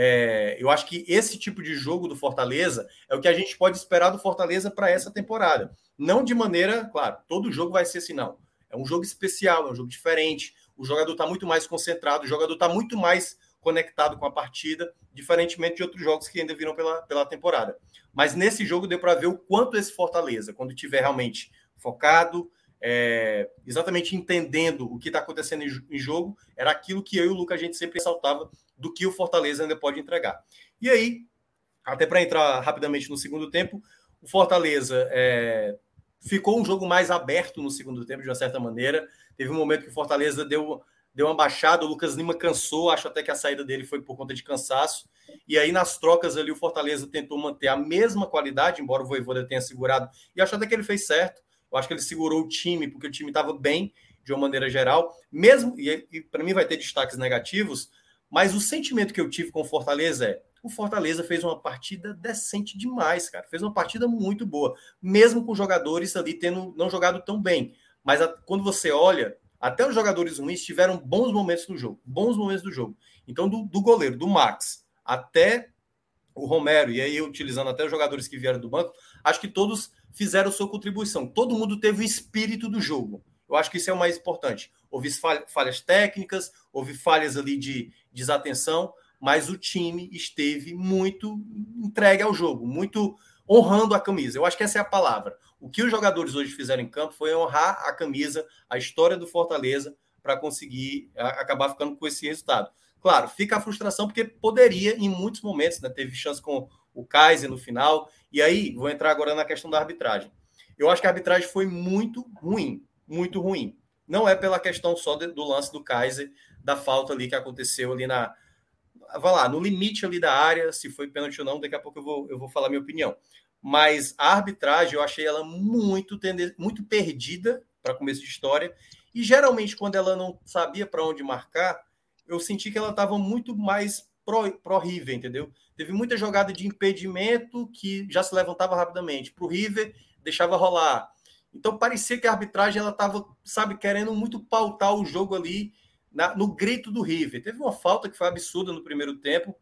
é, eu acho que esse tipo de jogo do Fortaleza é o que a gente pode esperar do Fortaleza para essa temporada. Não de maneira, claro, todo jogo vai ser assim, não. É um jogo especial, é um jogo diferente. O jogador está muito mais concentrado, o jogador está muito mais conectado com a partida, diferentemente de outros jogos que ainda viram pela, pela temporada. Mas nesse jogo deu para ver o quanto esse Fortaleza, quando estiver realmente focado, é, exatamente entendendo o que está acontecendo em, em jogo, era aquilo que eu e o Luca a gente sempre ressaltava do que o Fortaleza ainda pode entregar. E aí, até para entrar rapidamente no segundo tempo, o Fortaleza é, ficou um jogo mais aberto no segundo tempo, de uma certa maneira. Teve um momento que o Fortaleza deu... deu uma baixada, o Lucas Lima cansou, acho até que a saída dele foi por conta de cansaço, e aí nas trocas ali o Fortaleza tentou manter a mesma qualidade, embora o Vojvoda tenha segurado, e acho até que ele fez certo, eu acho que ele segurou o time, porque o time estava bem, de uma maneira geral, mesmo, e, e para mim vai ter destaques negativos, mas o sentimento que eu tive com o Fortaleza é, o Fortaleza fez uma partida decente demais, cara, fez uma partida muito boa, mesmo com jogadores ali tendo não jogado tão bem, mas a, quando você olha até os jogadores ruins tiveram bons momentos no jogo, bons momentos do jogo. Então, do, do goleiro, do Max, até o Romero, e aí utilizando até os jogadores que vieram do banco, acho que todos fizeram sua contribuição. Todo mundo teve o espírito do jogo. Eu acho que isso é o mais importante. Houve falhas técnicas, houve falhas ali de desatenção, mas o time esteve muito entregue ao jogo, muito honrando a camisa. Eu acho que essa é a palavra. O que os jogadores hoje fizeram em campo foi honrar a camisa, a história do Fortaleza, para conseguir acabar ficando com esse resultado. Claro, fica a frustração, porque poderia, em muitos momentos, né, teve chance com o Kaiser no final, e aí vou entrar agora na questão da arbitragem. Eu acho que a arbitragem foi muito ruim, muito ruim. Não é pela questão só de, do lance do Kaiser, da falta ali que aconteceu ali na... Vai lá, no limite ali da área, se foi pênalti ou não, daqui a pouco eu vou, eu vou falar minha opinião. Mas a arbitragem, eu achei ela muito, tende... muito perdida para começo de história, e geralmente quando ela não sabia para onde marcar, eu senti que ela estava muito mais pro, pro River, entendeu? Teve muita jogada de impedimento que já se levantava rapidamente. Para o River, deixava rolar. Então, parecia que a arbitragem ela estava, sabe, querendo muito pautar o jogo ali na, no grito do River. Teve uma falta que foi absurda no primeiro tempo,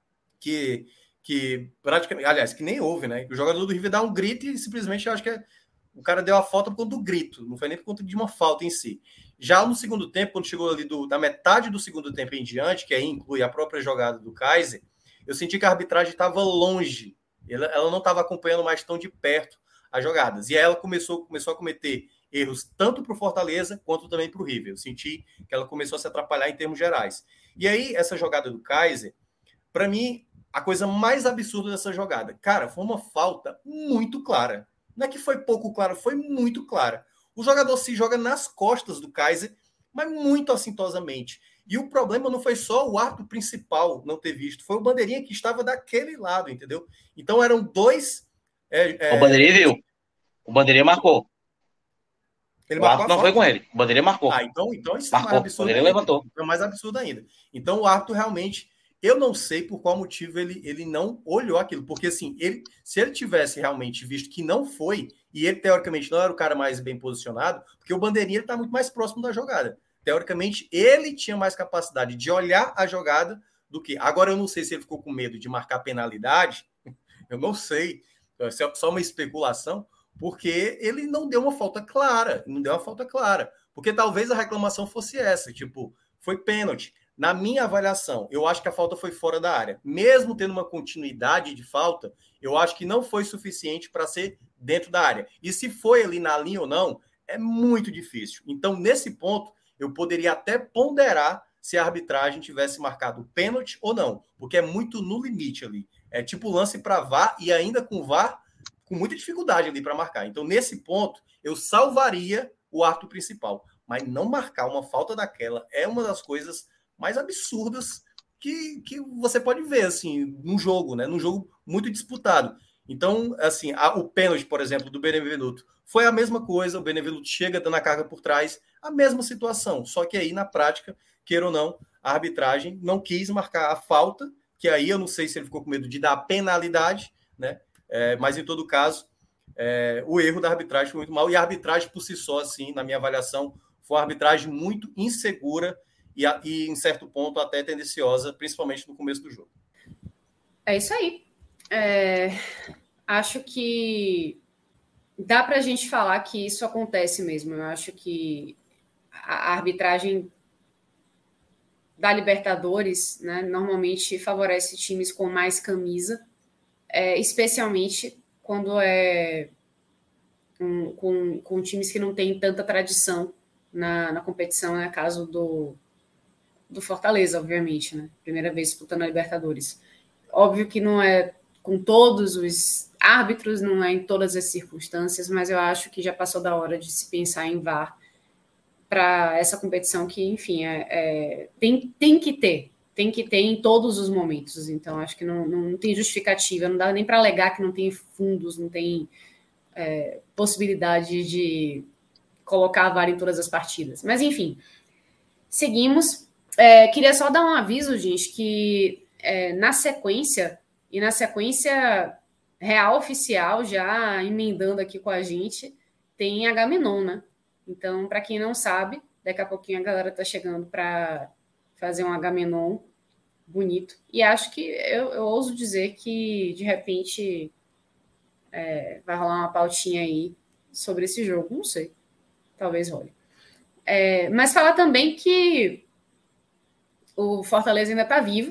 que, que praticamente, aliás, que nem houve, né? O jogador do River dá um grito e simplesmente, eu acho que é, o cara deu a falta por conta do grito, não foi nem por conta de uma falta em si. Já no segundo tempo, quando chegou ali do, da metade do segundo tempo em diante, que aí inclui a própria jogada do Kaiser, eu senti que a arbitragem estava longe, ela, ela não estava acompanhando mais tão de perto as jogadas. E aí ela começou, começou a cometer erros tanto para o Fortaleza quanto também para o River. Eu senti que ela começou a se atrapalhar em termos gerais. E aí, essa jogada do Kaiser, para mim, a coisa mais absurda dessa jogada, cara, foi uma falta muito clara. Não é que foi pouco clara, foi muito clara. O jogador se joga nas costas do Kaiser, mas muito assintosamente. E o problema não foi só o árbitro principal não ter visto, foi o bandeirinha que estava daquele lado, entendeu? Então eram dois... É, é... O bandeirinha viu. O bandeirinha marcou. Ele o árbitro não foi com ele. O bandeirinha marcou. Ah, então, então isso marcou. é mais absurdo. O bandeirinha levantou. É mais absurdo ainda. Então o árbitro realmente... Eu não sei por qual motivo ele, ele não olhou aquilo, porque assim, ele, se ele tivesse realmente visto que não foi, e ele teoricamente não era o cara mais bem posicionado, porque o bandeirinha está muito mais próximo da jogada. Teoricamente, ele tinha mais capacidade de olhar a jogada do que... Agora, eu não sei se ele ficou com medo de marcar penalidade, eu não sei, é só uma especulação, porque ele não deu uma falta clara, não deu uma falta clara, porque talvez a reclamação fosse essa, tipo, foi pênalti. Na minha avaliação, eu acho que a falta foi fora da área. Mesmo tendo uma continuidade de falta, eu acho que não foi suficiente para ser dentro da área. E se foi ali na linha ou não, é muito difícil. Então, nesse ponto, eu poderia até ponderar se a arbitragem tivesse marcado pênalti ou não, porque é muito no limite ali. É tipo lance para V A R e ainda com V A R com muita dificuldade ali para marcar. Então, nesse ponto, eu salvaria o árbitro principal. Mas não marcar uma falta daquela é uma das coisas mais absurdas que, que você pode ver, assim, num jogo, né? Num jogo muito disputado. Então, assim, a, o pênalti, por exemplo, do Benevenuto, foi a mesma coisa, o Benevenuto chega dando a carga por trás, a mesma situação, só que aí, na prática, queira ou não, a arbitragem não quis marcar a falta, que aí eu não sei se ele ficou com medo de dar a penalidade, né? É, mas, em todo caso, é, o erro da arbitragem foi muito mal, e a arbitragem, por si só, assim, na minha avaliação, foi uma arbitragem muito insegura, E, e, em certo ponto, até tendenciosa, principalmente no começo do jogo. É isso aí. É, acho que dá para a gente falar que isso acontece mesmo. Eu acho que a arbitragem da Libertadores, né, normalmente favorece times com mais camisa, é, especialmente quando é um, com, com times que não têm tanta tradição na, na competição, né, caso do do Fortaleza, obviamente, né? Primeira vez disputando a Libertadores. Óbvio que não é com todos os árbitros, não é em todas as circunstâncias, mas eu acho que já passou da hora de se pensar em V A R para essa competição que, enfim, é, é, tem, tem que ter, tem que ter em todos os momentos. Então, acho que não, não tem justificativa, não dá nem para alegar que não tem fundos, não tem é, possibilidade de colocar a V A R em todas as partidas. Mas, enfim, seguimos. É, queria só dar um aviso, gente, que é, na sequência, e na sequência real oficial, já emendando aqui com a gente, tem Agamenon, né? Então, para quem não sabe, Daqui a pouquinho a galera tá chegando para fazer um Agamenon bonito. E acho que eu, eu ouso dizer que, de repente, é, vai rolar uma pautinha aí sobre esse jogo. Não sei. Talvez role. É, mas falar também que o Fortaleza ainda está vivo,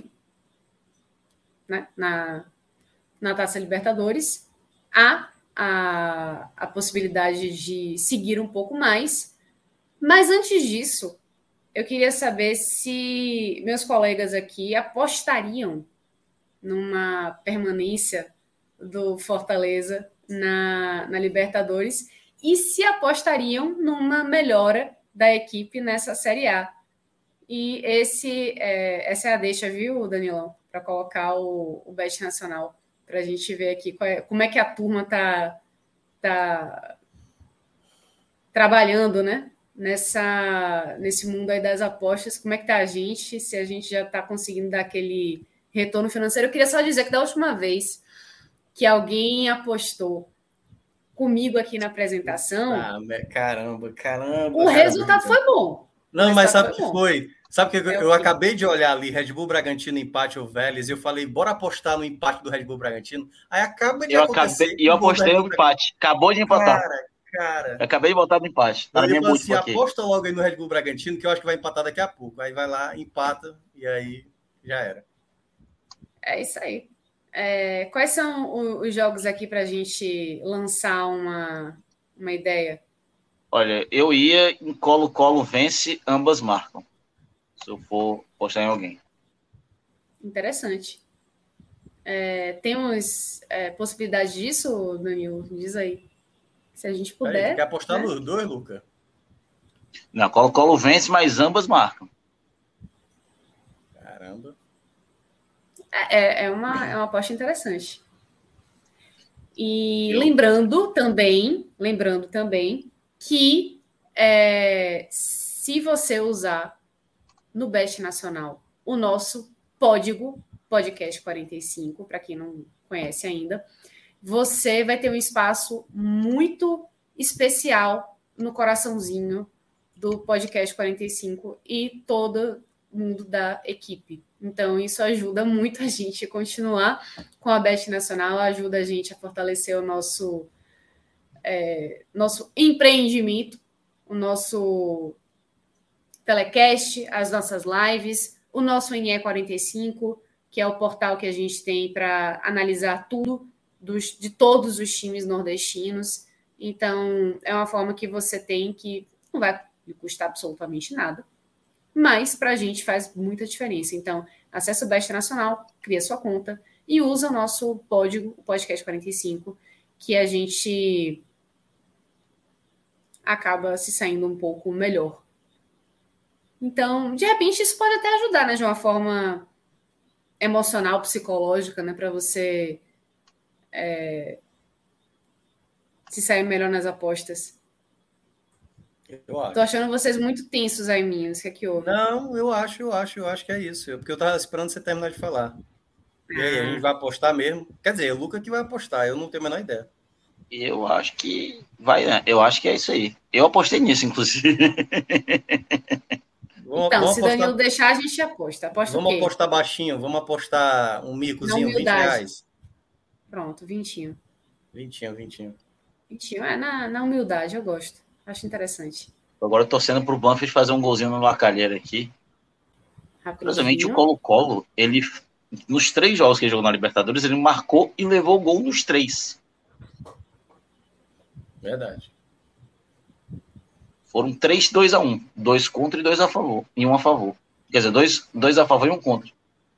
né, na, na Taça Libertadores. Há a, a possibilidade de seguir um pouco mais. Mas antes disso, eu queria saber se meus colegas aqui apostariam numa permanência do Fortaleza na, na Libertadores e se apostariam numa melhora da equipe nessa Série A. E esse, é, essa é a deixa, viu, Danilão? Para colocar o, o Bet Nacional, para a gente ver aqui qual é, como é que a turma está tá trabalhando, né? Nessa, nesse mundo aí das apostas, como é que tá a gente, se a gente já está conseguindo dar aquele retorno financeiro. Eu queria só dizer que da última vez que alguém apostou comigo aqui na apresentação... Ah, caramba, caramba. O caramba. resultado foi bom. Não, mas sabe o que bom. foi? Sabe que eu, é eu acabei de olhar ali, Red Bull Bragantino, empate ou Vélez, e eu falei, bora apostar no empate do Red Bull Bragantino. Aí acaba de eu acontecer... Acabei, e eu apostei no empate. Acabou de empatar. Cara, cara... Eu acabei de botar no empate. Tá eu na ia minha falar assim, aqui. aposta logo aí no Red Bull Bragantino, que eu acho que vai empatar daqui a pouco. Aí vai lá, empata, e aí já era. É isso aí. É, quais são o, os jogos aqui para a gente lançar uma, uma ideia? Olha, eu ia em Colo-Colo vence, ambas marcam. Se eu for postar em alguém. Interessante. É, temos é, possibilidade disso, Danilo? Diz aí. Se a gente puder. Aí, quer apostar né? nos dois, Luca? Não, Colo-Colo vence, mas ambas marcam. Caramba. É, é, uma, é uma aposta interessante. E Eu... lembrando também, lembrando também que é, se você usar no Bet Nacional o nosso código podcast quarenta e cinco, para quem não conhece ainda, você vai ter um espaço muito especial no coraçãozinho do podcast quarenta e cinco e todo mundo da equipe. Então, isso ajuda muito a gente a continuar com a Bet Nacional, ajuda a gente a fortalecer o nosso, é, nosso empreendimento, o nosso telecast, as nossas lives, o nosso N E quarenta e cinco, que é o portal que a gente tem para analisar tudo dos, de todos os times nordestinos. Então, é uma forma que você tem que não vai lhe custar absolutamente nada, mas para a gente faz muita diferença. Então, acessa o Bet Nacional, cria sua conta e usa o nosso código, o podcast quarenta e cinco, que a gente acaba se saindo um pouco melhor. Então, de repente, isso pode até ajudar, né, de uma forma emocional, psicológica, né, para você é, se sair melhor nas apostas. Eu acho. Tô achando vocês muito tensos aí, meninos. O que é que houve? Não, eu acho, eu acho, eu acho que é isso. Porque eu tava esperando você terminar de falar. E aí, a gente vai apostar mesmo? Quer dizer, é o Luca que vai apostar, eu não tenho a menor ideia. Eu acho que vai, né? Eu acho que é isso aí. Eu apostei nisso, inclusive. Vamos, então, vamos se apostar... Danilo deixar, a gente aposta. Aposta vamos o quê? apostar baixinho, vamos apostar um micozinho, vinte reais. Pronto, vintinho. Vintinho, vintinho. Vintinho, é, na, na humildade, eu gosto. Acho interessante. Agora eu tô torcendo pro Banfield fazer um golzinho no Lacalheira aqui. Curiosamente, o Colo-Colo, ele, nos três jogos que ele jogou na Libertadores, ele marcou e levou o gol nos três. Verdade. Foram três, dois a um. Dois contra e dois a favor. E um a favor. Quer dizer, dois, dois a favor e um contra.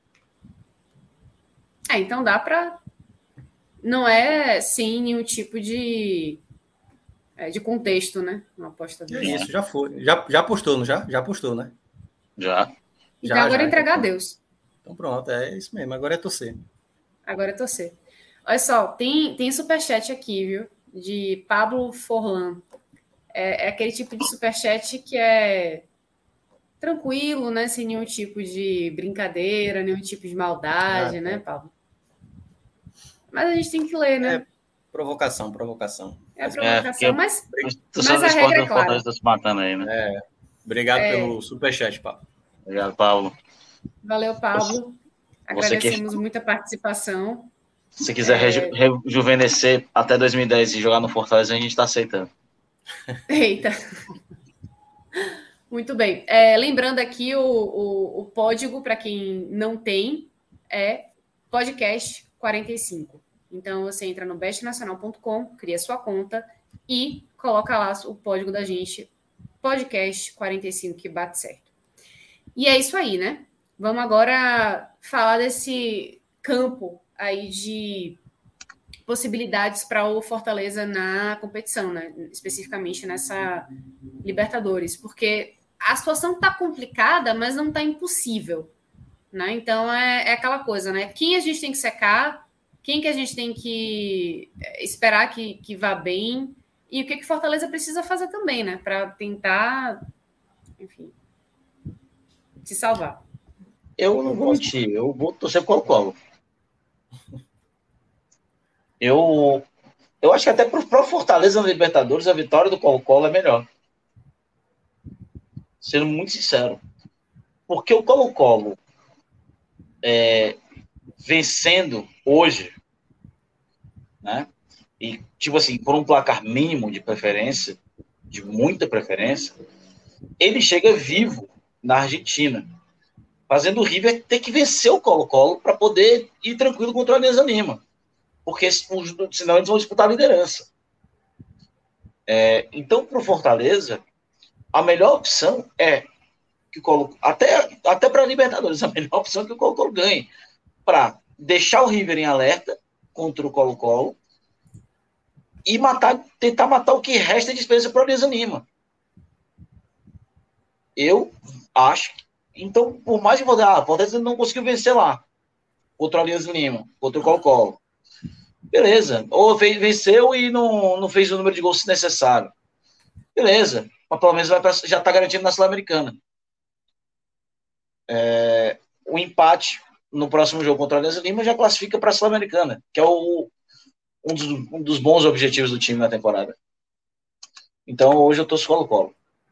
É, então dá para... Não é sem nenhum tipo de, é, de contexto, né? Uma aposta É isso, já foi. Já, já apostou, não já? Já apostou, né? Já. Então já, agora já, é entregar então, a Deus. Então pronto, é isso mesmo. Agora é torcer. Agora é torcer. Olha só, tem, tem superchat aqui, viu? De Pablo Forlan. É, é aquele tipo de superchat que é tranquilo, né? Sem nenhum tipo de brincadeira, nenhum tipo de maldade, ah, né, Pablo? Mas a gente tem que ler, né? É provocação, provocação. É provocação, é, mas, mas a regra é clara. Tá se matando aí, né? É. Obrigado é... pelo superchat, Pablo. Obrigado, Paulo. Valeu, Pablo. Agradecemos que... muita participação. Se quiser é... rejuvenescer até dois mil e dez e jogar no Fortaleza, a gente está aceitando. Eita. Muito bem. É, lembrando aqui, o, o, o código, para quem não tem, é podcast quarenta e cinco. Então, você entra no best nacional ponto com, cria sua conta e coloca lá o código da gente, podcast quarenta e cinco, que bate certo. E é isso aí, né? Vamos agora falar desse campo aí de possibilidades para o Fortaleza na competição, né? Especificamente nessa Libertadores, porque a situação está complicada, mas não está impossível, né? Então é, é aquela coisa, né? Quem a gente tem que secar, quem que a gente tem que esperar que, que vá bem e o que que Fortaleza precisa fazer também, né? Para tentar, enfim, se salvar. Eu não vou mentir, eu vou torcer pro Colo-Colo. Eu, eu acho que até para o Fortaleza na Libertadores, a vitória do Colo-Colo é melhor. Sendo muito sincero. Porque o Colo-Colo é, vencendo hoje, né? E, tipo assim, por um placar mínimo de preferência, de muita preferência, ele chega vivo na Argentina, fazendo o River ter que vencer o Colo-Colo para poder ir tranquilo contra o Alianza Lima. Porque senão eles vão disputar a liderança. É, então, para o Fortaleza, a melhor opção é que o Colo, até, até para a Libertadores, a melhor opção é que o Colo-Colo ganhe, para deixar o River em alerta contra o Colo-Colo e matar, tentar matar o que resta de experiência para o Alianza Lima. Eu acho. Então, por mais que o Fortaleza, ah, Fortaleza não conseguiu vencer lá contra o Alianza Lima, contra o Colo-Colo. Beleza. Ou venceu e não, não fez o número de gols necessário. Beleza. Mas pelo menos vai pra, já está garantido na Sul-Americana. É, o empate no próximo jogo contra o Alianza Lima já classifica para a Sul-Americana, que é o, um, dos, um dos bons objetivos do time na temporada. Então hoje eu tô Colo-Colo.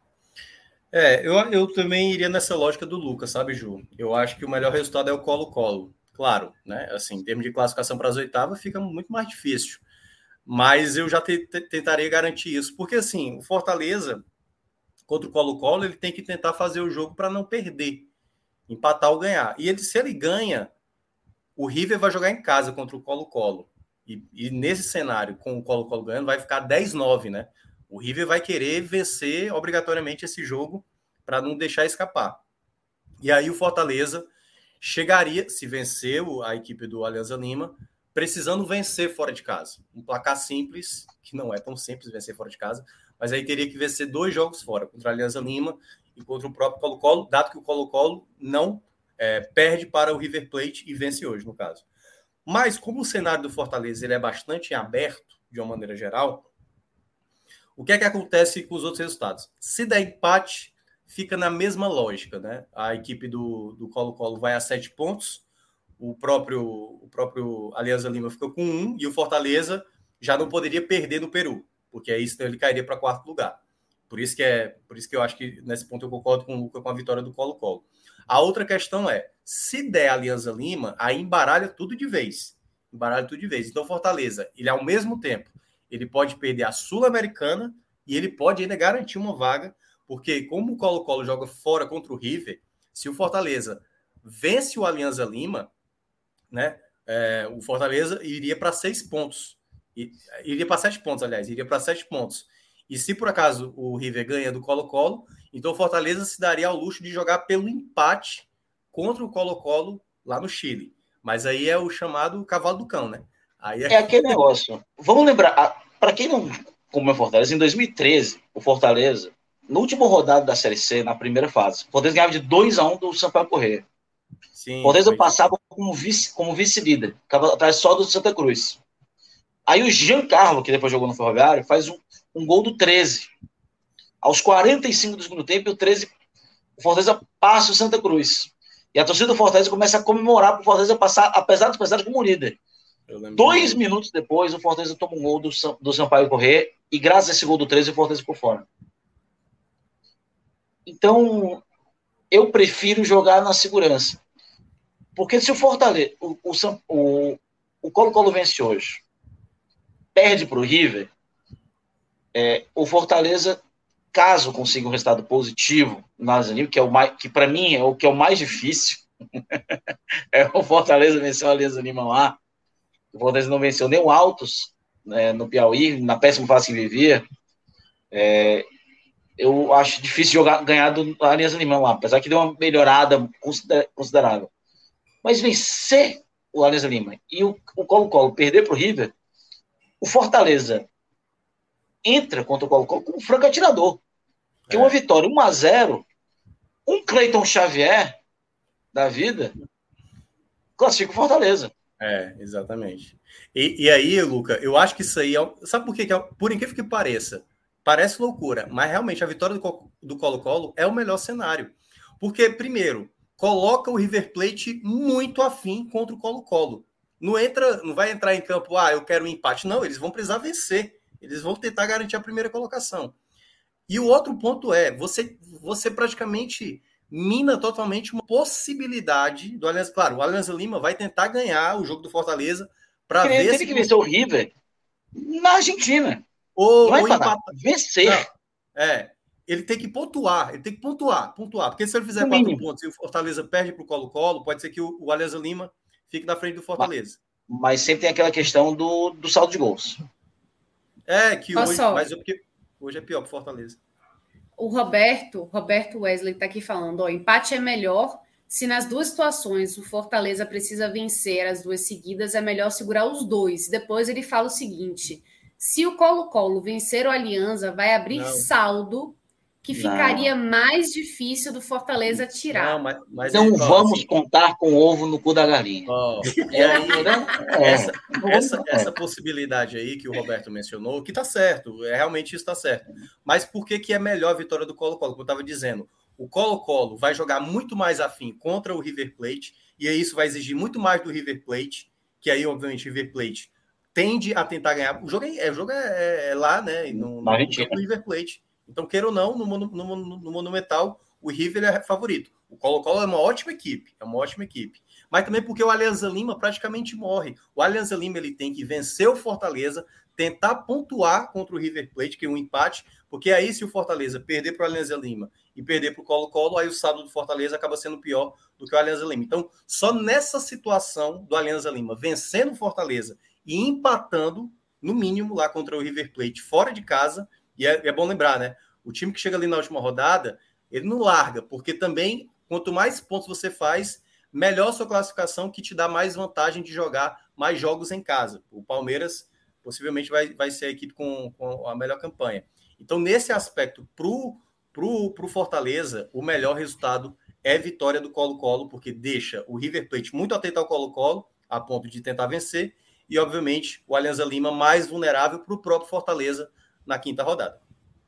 É, eu, eu também iria nessa lógica do Lucas, sabe, Ju? Eu acho que o melhor resultado é o Colo-Colo. Claro, né? Assim, em termos de classificação para as oitavas, fica muito mais difícil. Mas eu já te, te, tentaria garantir isso. Porque, assim, o Fortaleza, contra o Colo-Colo, ele tem que tentar fazer o jogo para não perder. Empatar ou ganhar. E ele, se ele ganha, o River vai jogar em casa contra o Colo-Colo. E, e nesse cenário, com o Colo-Colo ganhando, vai ficar dez a nove, né? O River vai querer vencer obrigatoriamente esse jogo para não deixar escapar. E aí o Fortaleza chegaria, se vencer a equipe do Alianza Lima, precisando vencer fora de casa. Um placar simples, que não é tão simples vencer fora de casa, mas aí teria que vencer dois jogos fora, contra a Alianza Lima e contra o próprio Colo-Colo, dado que o Colo-Colo não é, perde para o River Plate e vence hoje, no caso. Mas como o cenário do Fortaleza ele é bastante aberto, de uma maneira geral, o que é que acontece com os outros resultados? Se der empate, fica na mesma lógica, né? A equipe do, do Colo-Colo vai a sete pontos, o próprio, o próprio Alianza Lima fica com um, e o Fortaleza já não poderia perder no Peru, porque aí senão ele cairia para quarto lugar. Por isso que é, por isso que eu acho que nesse ponto eu concordo com o Luca com a vitória do Colo-Colo. A outra questão é, se der Alianza Lima, aí embaralha tudo de vez. Embaralha tudo de vez. Então, Fortaleza, ele ao mesmo tempo, ele pode perder a Sul-Americana e ele pode ainda garantir uma vaga, porque como o Colo-Colo joga fora contra o River, se o Fortaleza vence o Alianza Lima, né, é, o Fortaleza iria para seis pontos. I, iria para sete pontos, aliás, iria para sete pontos. E se por acaso o River ganha do Colo-Colo, então o Fortaleza se daria ao luxo de jogar pelo empate contra o Colo-Colo lá no Chile. Mas aí é o chamado cavalo do cão, né? Aí é... é aquele negócio. Vamos lembrar, para quem não como é o Fortaleza, em dois mil e treze, o Fortaleza, no último rodado da Série C, na primeira fase, o Fortaleza ganhava de dois a um do Sampaio Corrêa. O Fortaleza foi... passava como vice, como vice-líder, ficava atrás só do Santa Cruz. Aí o Giancarlo, que depois jogou no Ferroviário, faz um, um gol do treze. Aos quarenta e cinco do segundo tempo, o treze, o Fortaleza passa o Santa Cruz. E a torcida do Fortaleza começa a comemorar para o Fortaleza passar, apesar dos pesares, como líder. Dois de... minutos depois, o Fortaleza toma um gol do, do Sampaio Corrêa e graças a esse gol do treze, o Fortaleza ficou fora. Então, eu prefiro jogar na segurança. Porque se o Fortaleza, o, o, o Colo-Colo vence hoje, perde para o River, é, o Fortaleza, caso consiga um resultado positivo no Allianz Lima, que, é o mais, que para mim é o que é o mais difícil, é o Fortaleza vencer o Allianz Lima lá. O Fortaleza não venceu nem o Altos, né, no Piauí, na péssima fase que vivia. É, eu acho difícil jogar, ganhar do Allianz Lima lá, apesar que deu uma melhorada considerável. Mas vencer o Allianz Lima e o, o Colo-Colo perder para o River, o Fortaleza entra contra o Colo-Colo como um franco atirador. Porque é. uma vitória um a zero, um Cleiton Xavier da vida, classifica o Fortaleza. É, exatamente. E, e aí, Luca, eu acho que isso aí é... Sabe por quê? Por incrível que pareça, parece loucura, mas realmente a vitória do, do Colo-Colo é o melhor cenário. Porque, primeiro, coloca o River Plate muito afim contra o Colo-Colo. Não, entra, não vai entrar em campo, ah, eu quero um empate. Não, eles vão precisar vencer. Eles vão tentar garantir a primeira colocação. E o outro ponto é, você, você praticamente mina totalmente uma possibilidade do Allianz. Claro, o Allianz Lima vai tentar ganhar o jogo do Fortaleza para ver Tem se... que vencer o River na Argentina. Ou, vai ou empatar. Vencer. Não, é, ele tem que pontuar, ele tem que pontuar, pontuar. Porque se ele fizer no quatro mínimo. pontos e o Fortaleza perde para o Colo-Colo, pode ser que o, o Allianz Lima fique na frente do Fortaleza. Mas, mas sempre tem aquela questão do, do saldo de gols. É, que Olha hoje, só. mas porque hoje é pior para o Fortaleza. O Roberto, Roberto Wesley está aqui falando, ó, empate é melhor se nas duas situações o Fortaleza precisa vencer as duas seguidas, é melhor segurar os dois. Depois ele fala o seguinte, se o Colo-Colo vencer o Alianza, vai abrir Não. saldo que ficaria Não. mais difícil do Fortaleza tirar. Não, mas, mas Não é, vamos assim, contar com o ovo no cu da galinha. Ó, e aí, é. essa, essa, essa possibilidade aí que o Roberto mencionou, que tá certo, é, realmente isso tá certo. Mas por que, que é melhor a vitória do Colo-Colo? Como eu estava dizendo, o Colo-Colo vai jogar muito mais afim contra o River Plate, e aí isso vai exigir muito mais do River Plate, que aí, obviamente, o River Plate tende a tentar ganhar. O jogo é, o jogo é, é lá, né? No, no campo do River Plate. Então, queira ou não, no, no, no, no Monumental, o River é favorito. O Colo-Colo é uma ótima equipe, é uma ótima equipe. Mas também porque o Allianz Lima praticamente morre. O Allianz Lima ele tem que vencer o Fortaleza, tentar pontuar contra o River Plate, que é um empate, porque aí se o Fortaleza perder para o Allianz Lima e perder para o Colo-Colo, aí o saldo do Fortaleza acaba sendo pior do que o Allianz Lima. Então, só nessa situação do Allianz Lima vencendo o Fortaleza e empatando, no mínimo, lá contra o River Plate, fora de casa, e é, é bom lembrar, né? O time que chega ali na última rodada, ele não larga, porque também, quanto mais pontos você faz, melhor sua classificação, que te dá mais vantagem de jogar mais jogos em casa. O Palmeiras possivelmente vai, vai ser a equipe com, com a melhor campanha. Então, nesse aspecto, para o pro, pro Fortaleza, o melhor resultado é vitória do Colo-Colo, porque deixa o River Plate muito atento ao Colo-Colo, a ponto de tentar vencer, e, obviamente, o Allianz Lima mais vulnerável para o próprio Fortaleza na quinta rodada.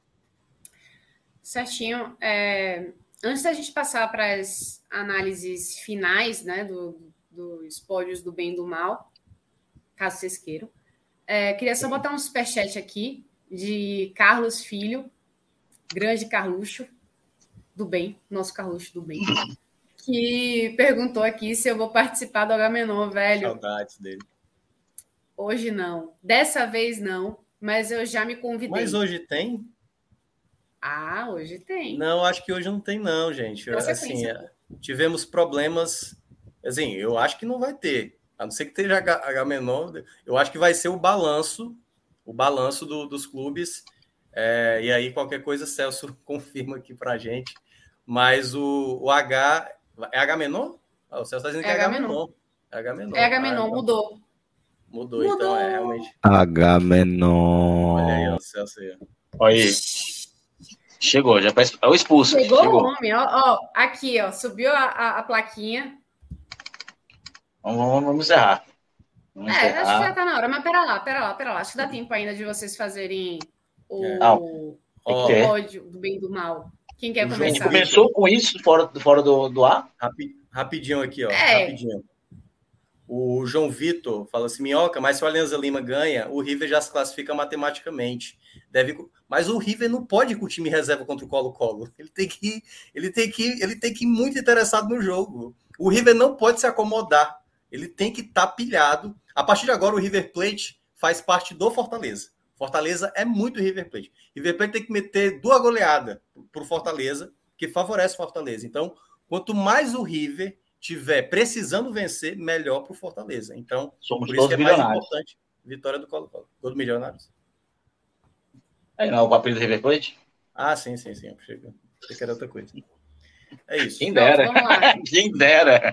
Certinho. É, antes da gente passar para as análises finais, né, do, dos pódios do bem e do mal, caso vocês queiram, é, queria só botar um superchat aqui de Carlos Filho, grande Carluxo do bem, nosso Carluxo do bem, que perguntou aqui se eu vou participar do Agamenon, velho. Saudades dele. Hoje não. Dessa vez não, mas eu já me convidei. Mas hoje tem? Ah, hoje tem. Não, acho que hoje não tem não, gente. Assim, tivemos problemas, assim, eu acho que não vai ter. A não ser que esteja Agamenon, eu acho que vai ser o balanço, o balanço do, dos clubes. É, e aí, qualquer coisa, Celso confirma aqui pra gente. Mas o, o H... É Agamenon? Ah, o Celso está dizendo que é Agamenon. É Agamenon, é Agamenon, ah, mudou. Mudou. Mudou, então é realmente... Agamenon. Olha aí, ó, o Celso aí. Olha aí. Chegou, já parece... É o expulso. Chegou, Chegou. o homem, ó, ó. Aqui, ó. Subiu a, a, a plaquinha. Vamos, vamos encerrar. Vamos é, encerrar. acho que já tá na hora. Mas pera lá, pera lá, pera lá. Acho que dá tempo ainda de vocês fazerem o, é. o pódio do bem e do mal. Quem quer começar? A gente começou com isso fora, fora do, do ar? Rapi, rapidinho aqui, ó. É. Rapidinho. O João Vitor fala assim, Minhoca, mas se o Alianza Lima ganha, o River já se classifica matematicamente. Deve... Mas o River não pode ir com o time reserva contra o Colo-Colo. Ele tem que, ele tem que, ele tem que ir muito interessado no jogo. O River não pode se acomodar. Ele tem que estar tá pilhado. A partir de agora, o River Plate faz parte do Fortaleza. Fortaleza é muito River Plate. River Plate tem que meter duas goleadas para o Fortaleza, que favorece o Fortaleza. Então, quanto mais o River tiver precisando vencer, melhor para o Fortaleza. Então, somos por todos isso que é mais milionários. importante vitória do Colo-Colo. Todos milionários? É, não é o papel do River Plate? Ah, sim, sim, sim. Achei que era outra coisa. É isso. Quem dera. Pronto, vamos lá. Quem dera.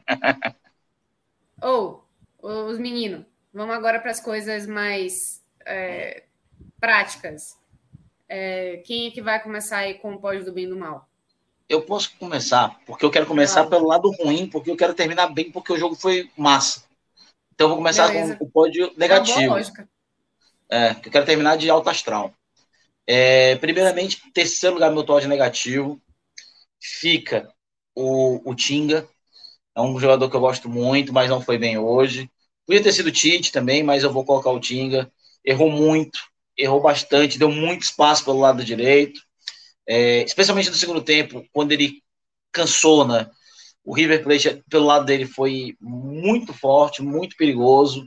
Ou, oh, os meninos, vamos agora para as coisas mais é, práticas. É, quem é que vai começar aí com o pódio do bem e do mal? Eu posso começar, porque eu quero começar claro. pelo lado ruim, porque eu quero terminar bem, porque o jogo foi massa. Então eu vou começar Beleza. com o pódio negativo. É uma boa lógica. É, eu quero terminar de alto astral. É, primeiramente, terceiro lugar do meu pódio negativo fica o, o Tinga. É um jogador que eu gosto muito, mas não foi bem hoje. Podia ter sido o Tite também, mas eu vou colocar o Tinga. Errou muito, errou bastante, deu muito espaço pelo lado direito. É, especialmente no segundo tempo, quando ele cansou, né? O River Plate, pelo lado dele, foi muito forte, muito perigoso.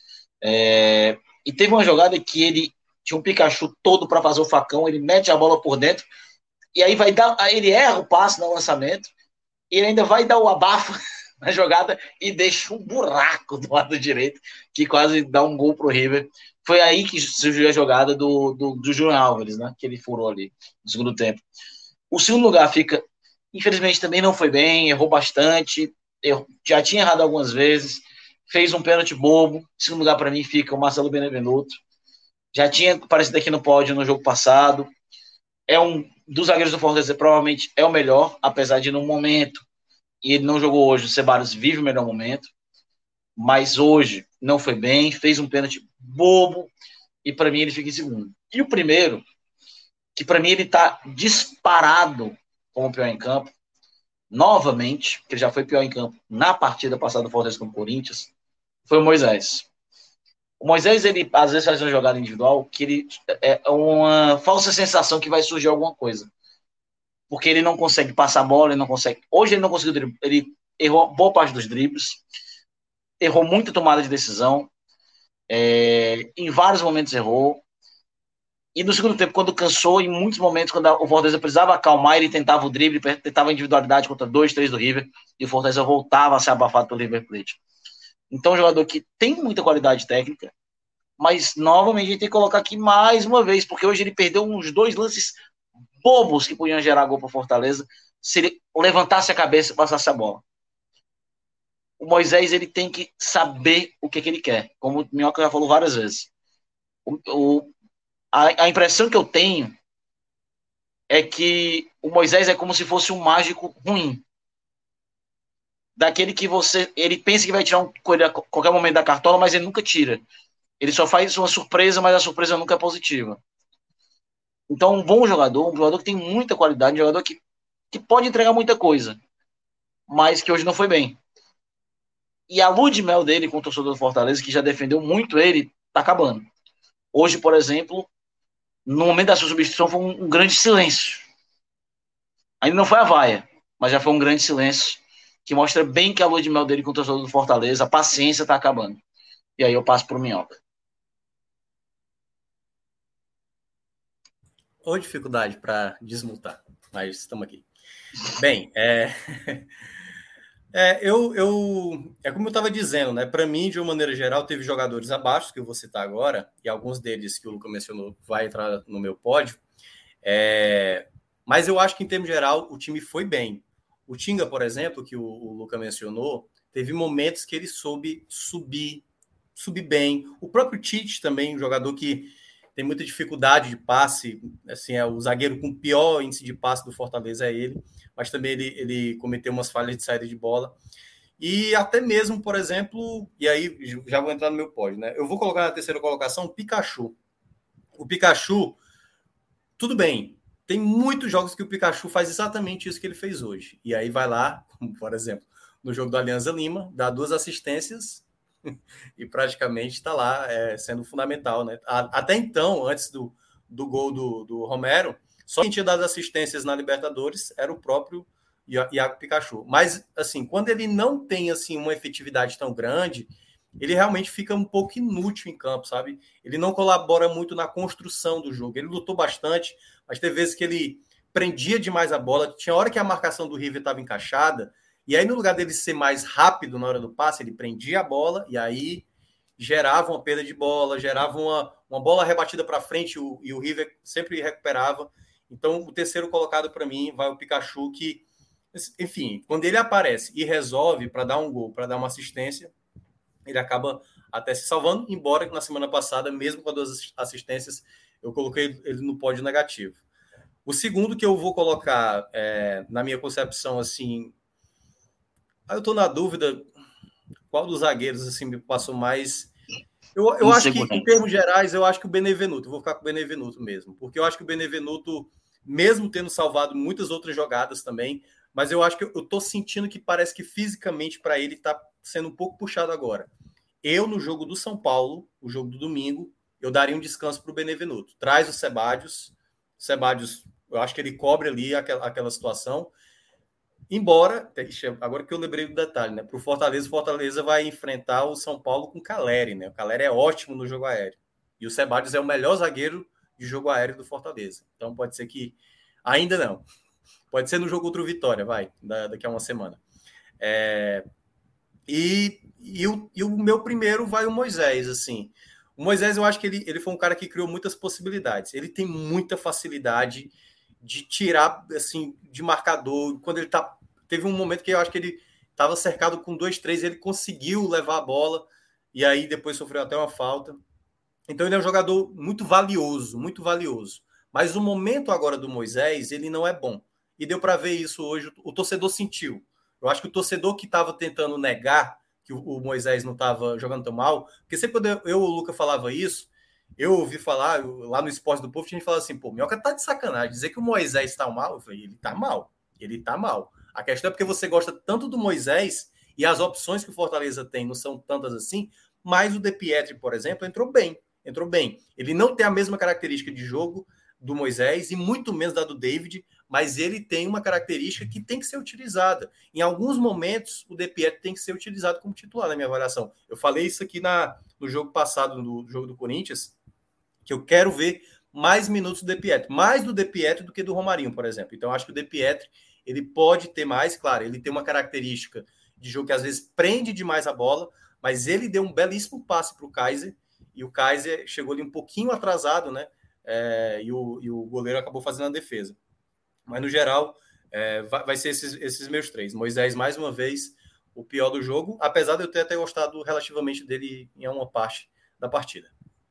É, e teve uma jogada que ele tinha um Pikachu todo para fazer o facão, ele mete a bola por dentro, e aí vai dar, aí ele erra o passe no lançamento, e ele ainda vai dar o abafo na jogada e deixa um buraco do lado direito, que quase dá um gol pro River. Foi aí que surgiu a jogada do, do, do Júnior Álvares, né? Que ele furou ali no segundo tempo. O segundo lugar fica, infelizmente, também não foi bem, errou bastante, errou, já tinha errado algumas vezes, fez um pênalti bobo. Em segundo lugar, para mim, fica o Marcelo Benevenuto. Já tinha aparecido aqui no pódio no jogo passado. É um dos zagueiros do Fortaleza, provavelmente é o melhor, apesar de, no momento, e ele não jogou hoje, o Ceballos vive o melhor momento, mas hoje não foi bem, fez um pênalti bobo, e para mim ele fica em segundo. E o primeiro, que para mim ele tá disparado como pior em campo, novamente, que ele já foi pior em campo na partida passada do Fortaleza com o Corinthians, foi o Moisés. O Moisés, ele às vezes faz uma jogada individual que ele é uma falsa sensação que vai surgir alguma coisa. Porque ele não consegue passar a bola, ele não consegue... Hoje ele não conseguiu driblar, ele errou boa parte dos dribles, errou muita tomada de decisão, é, em vários momentos errou, e no segundo tempo, quando cansou, em muitos momentos, quando o Fortaleza precisava acalmar, ele tentava o drible, tentava a individualidade contra dois, três do River, e o Fortaleza voltava a ser abafado pelo River Plate. Então, um jogador que tem muita qualidade técnica, mas, novamente, a gente tem que colocar aqui mais uma vez, porque hoje ele perdeu uns dois lances bobos que podiam gerar gol para o Fortaleza, se ele levantasse a cabeça e passasse a bola. O Moisés, ele tem que saber o que, que ele quer, como o Minhoca já falou várias vezes. O, o, a, a impressão que eu tenho é que o Moisés é como se fosse um mágico ruim. Daquele que você... Ele pensa que vai tirar um coelho a qualquer momento da cartola, mas ele nunca tira. Ele só faz uma surpresa, mas a surpresa nunca é positiva. Então, um bom jogador, um jogador que tem muita qualidade, um jogador que, que pode entregar muita coisa, mas que hoje não foi bem. E a lua de mel dele com o torcedor do Fortaleza, que já defendeu muito ele, tá acabando. Hoje, por exemplo, no momento da sua substituição, foi um, um grande silêncio. Ainda não foi a vaia, mas já foi um grande silêncio, que mostra bem que a lua de mel dele com o torcedor do Fortaleza, a paciência tá acabando. E aí eu passo pro Minhoca. Ou dificuldade para desmutar, mas estamos aqui. Bem, é... é, eu, eu, é como eu estava dizendo, né? Para mim, de uma maneira geral, teve jogadores abaixo, que eu vou citar agora, e alguns deles que o Luca mencionou vai entrar no meu pódio. É... Mas eu acho que, em termos geral, o time foi bem. O Tinga, por exemplo, que o, o Luca mencionou, teve momentos que ele soube subir, subir bem. O próprio Tite também, um jogador que tem muita dificuldade de passe, assim, é o zagueiro com pior índice de passe do Fortaleza é ele, mas também ele, ele cometeu umas falhas de saída de bola. E até mesmo, por exemplo, e aí já vou entrar no meu pódio, né? Eu vou colocar na terceira colocação o Pikachu. O Pikachu, tudo bem, tem muitos jogos que o Pikachu faz exatamente isso que ele fez hoje. E aí vai lá, como por exemplo, no jogo do Alianza Lima, dá duas assistências e praticamente está lá é, sendo fundamental, né? Até então, antes do, do gol do, do Romero, só quem tinha dado assistências na Libertadores era o próprio Iago Pikachu. Mas, assim, quando ele não tem assim, uma efetividade tão grande, ele realmente fica um pouco inútil em campo, sabe? Ele não colabora muito na construção do jogo. Ele lutou bastante, mas teve vezes que ele prendia demais a bola. Tinha hora que a marcação do River estava encaixada, e aí no lugar dele ser mais rápido na hora do passe, ele prendia a bola, e aí gerava uma perda de bola, gerava uma, uma bola rebatida para frente, o, e o River sempre recuperava. Então, o terceiro colocado para mim vai o Pikachu, que, enfim, quando ele aparece e resolve para dar um gol, para dar uma assistência, ele acaba até se salvando, embora que na semana passada, mesmo com as duas assistências, eu coloquei ele no pódio negativo. O segundo que eu vou colocar, é, na minha concepção, assim, eu estou na dúvida qual dos zagueiros assim, me passou mais. Eu, eu acho que, em termos gerais, eu acho que o Benevenuto, eu vou ficar com o Benevenuto mesmo, porque eu acho que o Benevenuto, mesmo tendo salvado muitas outras jogadas também, mas eu acho que eu estou sentindo que parece que fisicamente para ele está sendo um pouco puxado agora. Eu, no jogo do São Paulo, o jogo do domingo, eu daria um descanso para o Benevenuto. Traz o Sebadios, Sebadios, eu acho que ele cobre ali aquela, aquela situação. Embora, agora que eu lembrei do detalhe, né? Para o Fortaleza, o Fortaleza vai enfrentar o São Paulo com o Caleri, né? O Caleri é ótimo no jogo aéreo. E o Sebadios é o melhor zagueiro de jogo aéreo do Fortaleza. Então pode ser que. Ainda não. Pode ser no jogo contra o Vitória, vai, daqui a uma semana. É... E, e, o, e o meu primeiro vai o Moisés, assim. O Moisés, eu acho que ele, ele foi um cara que criou muitas possibilidades. Ele tem muita facilidade de tirar, assim, de marcador. Quando ele tá... Teve um momento que eu acho que ele estava cercado com dois, três, ele conseguiu levar a bola, e aí depois sofreu até uma falta. Então ele é um jogador muito valioso, muito valioso. Mas o momento agora do Moisés, ele não é bom. E deu para ver isso hoje, o torcedor sentiu. Eu acho que o torcedor que estava tentando negar que o Moisés não estava jogando tão mal, porque sempre quando eu e o Luca falava isso, eu ouvi falar, lá no Esporte do Povo, a gente falava assim, pô, Minhoca tá de sacanagem, dizer que o Moisés está mal, eu falei, ele tá mal, ele tá mal. A questão é porque você gosta tanto do Moisés e as opções que o Fortaleza tem não são tantas assim, mas o De Pietri, por exemplo, entrou bem, entrou bem. Ele não tem a mesma característica de jogo do Moisés e muito menos da do David, mas ele tem uma característica que tem que ser utilizada. Em alguns momentos, o De Pietri tem que ser utilizado como titular, na minha avaliação. Eu falei isso aqui na, no jogo passado, no jogo do Corinthians, que eu quero ver mais minutos do De Pietri, mais do De Pietri do que do Romarinho, por exemplo. Então, acho que o De Pietri, ele pode ter mais, claro, ele tem uma característica de jogo que às vezes prende demais a bola, mas ele deu um belíssimo passe para o Kaiser, e o Kaiser chegou ali um pouquinho atrasado, né? É, e, o, e o goleiro acabou fazendo a defesa. Mas, no geral, é, vai, vai ser esses, esses meus três. Moisés, mais uma vez, o pior do jogo, apesar de eu ter até gostado relativamente dele em uma parte da partida.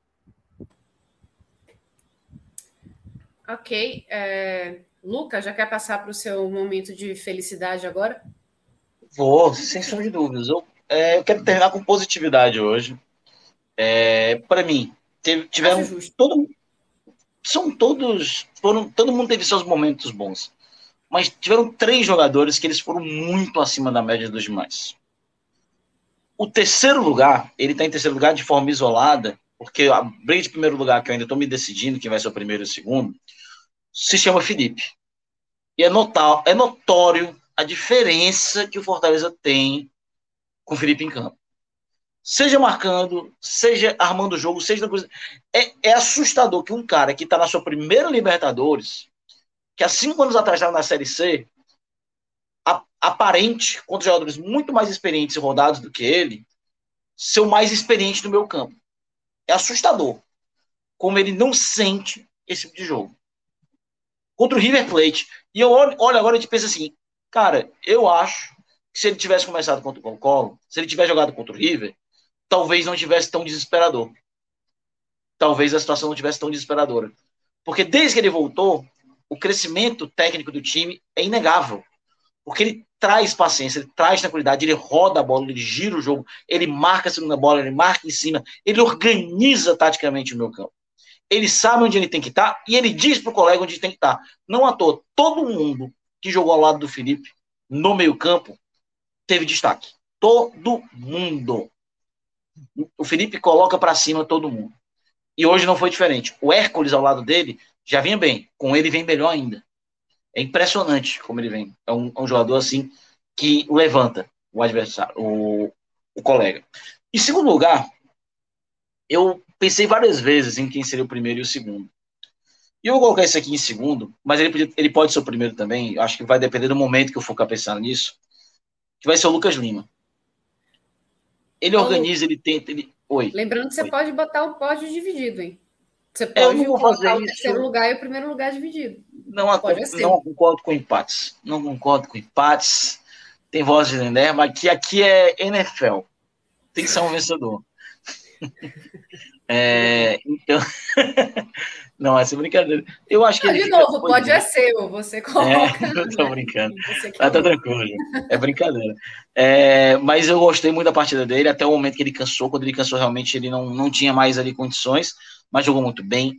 Ok. É... Luca, já quer passar para o seu momento de felicidade agora? Vou, sem sombra de dúvidas. Eu, é, eu quero terminar com positividade hoje. É, para mim, teve, tiveram todo, são todos, foram, todo mundo teve seus momentos bons, mas tiveram três jogadores que eles foram muito acima da média dos demais. O terceiro lugar, ele está em terceiro lugar de forma isolada, porque a briga de primeiro lugar, que eu ainda estou me decidindo quem vai ser o primeiro e o segundo, se chama Felipe. E é, notar, é notório a diferença que o Fortaleza tem com o Felipe em campo. Seja marcando, seja armando o jogo, seja... É, é assustador que um cara que está na sua primeira Libertadores, que há cinco anos atrás estava na Série C, a, aparente, contra jogadores muito mais experientes e rodados do que ele, ser o mais experiente no meu campo. É assustador como ele não sente esse tipo de jogo. Contra o River Plate. E eu olho, olho agora e te penso assim, cara, eu acho que se ele tivesse começado contra o Colo-Colo, se ele tivesse jogado contra o River, talvez não tivesse tão desesperador. Talvez a situação não tivesse tão desesperadora. Porque desde que ele voltou, o crescimento técnico do time é inegável. Porque ele traz paciência, ele traz tranquilidade, ele roda a bola, ele gira o jogo, ele marca a segunda bola, ele marca em cima, ele organiza taticamente o meu campo. Ele sabe onde ele tem que estar e ele diz para o colega onde tem que estar. Não à toa, todo mundo que jogou ao lado do Felipe no meio campo teve destaque. Todo mundo. O Felipe coloca para cima todo mundo. E hoje não foi diferente. O Hércules ao lado dele já vinha bem. Com ele vem melhor ainda. É impressionante como ele vem. É um, é um jogador assim que levanta o adversário, o, o colega. Em segundo lugar, eu pensei várias vezes em quem seria o primeiro e o segundo. E eu vou colocar esse aqui em segundo, mas ele, podia, ele pode ser o primeiro também. Eu acho que vai depender do momento que eu for pensar nisso. Que vai ser o Lucas Lima. Ele organiza, ele tenta. Ele... Oi. Lembrando que você Oi. pode botar o pódio dividido, hein? Você Eu pode não vou colocar fazer o isso. terceiro lugar e o primeiro lugar dividido. Não, Pode não, ser. não concordo com empates. Não concordo com empates. Tem voz de Lender, mas aqui, aqui é N F L. Tem que ser um vencedor. É, então... Não, essa é brincadeira. Eu acho que não, ele de novo, pode é seu. Você coloca. É, eu tô brincando. Você Mas tá tranquilo. É brincadeira. É, mas eu gostei muito da partida dele, até o momento que ele cansou. Quando ele cansou, realmente ele não, não tinha mais ali condições, mas jogou muito bem.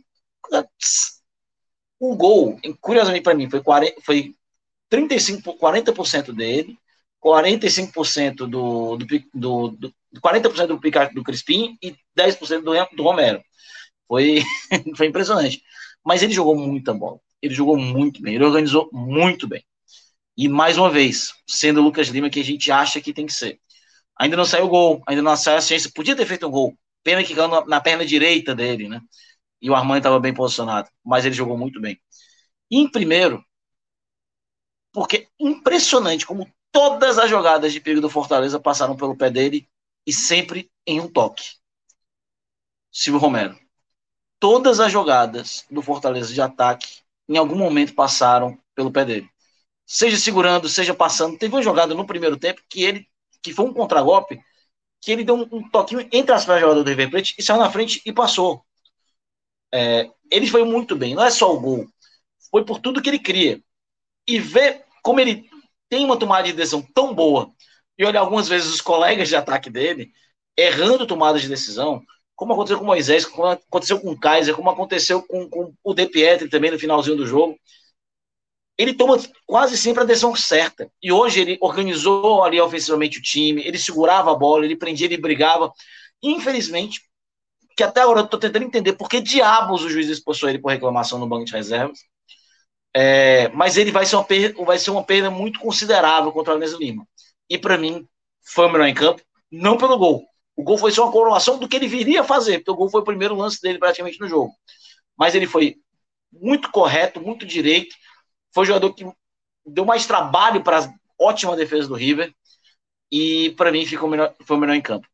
O gol, curiosamente para mim, foi, quarenta, foi trinta e cinco, quarenta por cento dele, quarenta e cinco por cento do, do, do, do quarenta por cento do Pikachu do Crispim e dez por cento do, do Romero. Foi, foi impressionante. Mas ele jogou muita bola. Ele jogou muito bem. Ele organizou muito bem. E, mais uma vez, sendo o Lucas Lima que a gente acha que tem que ser. Ainda não saiu o gol. Ainda não saiu a ciência. Podia ter feito um gol. Pena que caiu na, na perna direita dele, né? E o Armani estava bem posicionado. Mas ele jogou muito bem. E em primeiro, porque impressionante como todas as jogadas de perigo do Fortaleza passaram pelo pé dele e sempre em um toque. Silvio Romero. Todas as jogadas do Fortaleza de ataque, em algum momento, passaram pelo pé dele. Seja segurando, seja passando. Teve uma jogada no primeiro tempo que ele, que foi um contragolpe, que ele deu um, um toquinho entre as pernas do jogador do River Plate e saiu na frente e passou. É, ele foi muito bem. Não é só o gol. Foi por tudo que ele cria. E ver como ele tem uma tomada de decisão tão boa e olhar algumas vezes os colegas de ataque dele errando tomadas de decisão, como aconteceu com o Moisés, como aconteceu com o Kaiser, como aconteceu com, com o De Pietri também no finalzinho do jogo. Ele toma quase sempre a decisão certa. E hoje ele organizou ali ofensivamente o time, ele segurava a bola, ele prendia, ele brigava. Infelizmente, que até agora eu estou tentando entender por que diabos o juiz expulsou ele por reclamação no banco de reservas. É, mas ele vai ser, uma perda, vai ser uma perda muito considerável contra o Arnes Lima. E para mim, foi o melhor em campo, não pelo gol. O gol foi só uma coroação do que ele viria a fazer, porque o gol foi o primeiro lance dele praticamente no jogo. Mas ele foi muito correto, muito direito. Foi o jogador que deu mais trabalho para a ótima defesa do River. E para mim ficou melhor, foi o melhor em campo.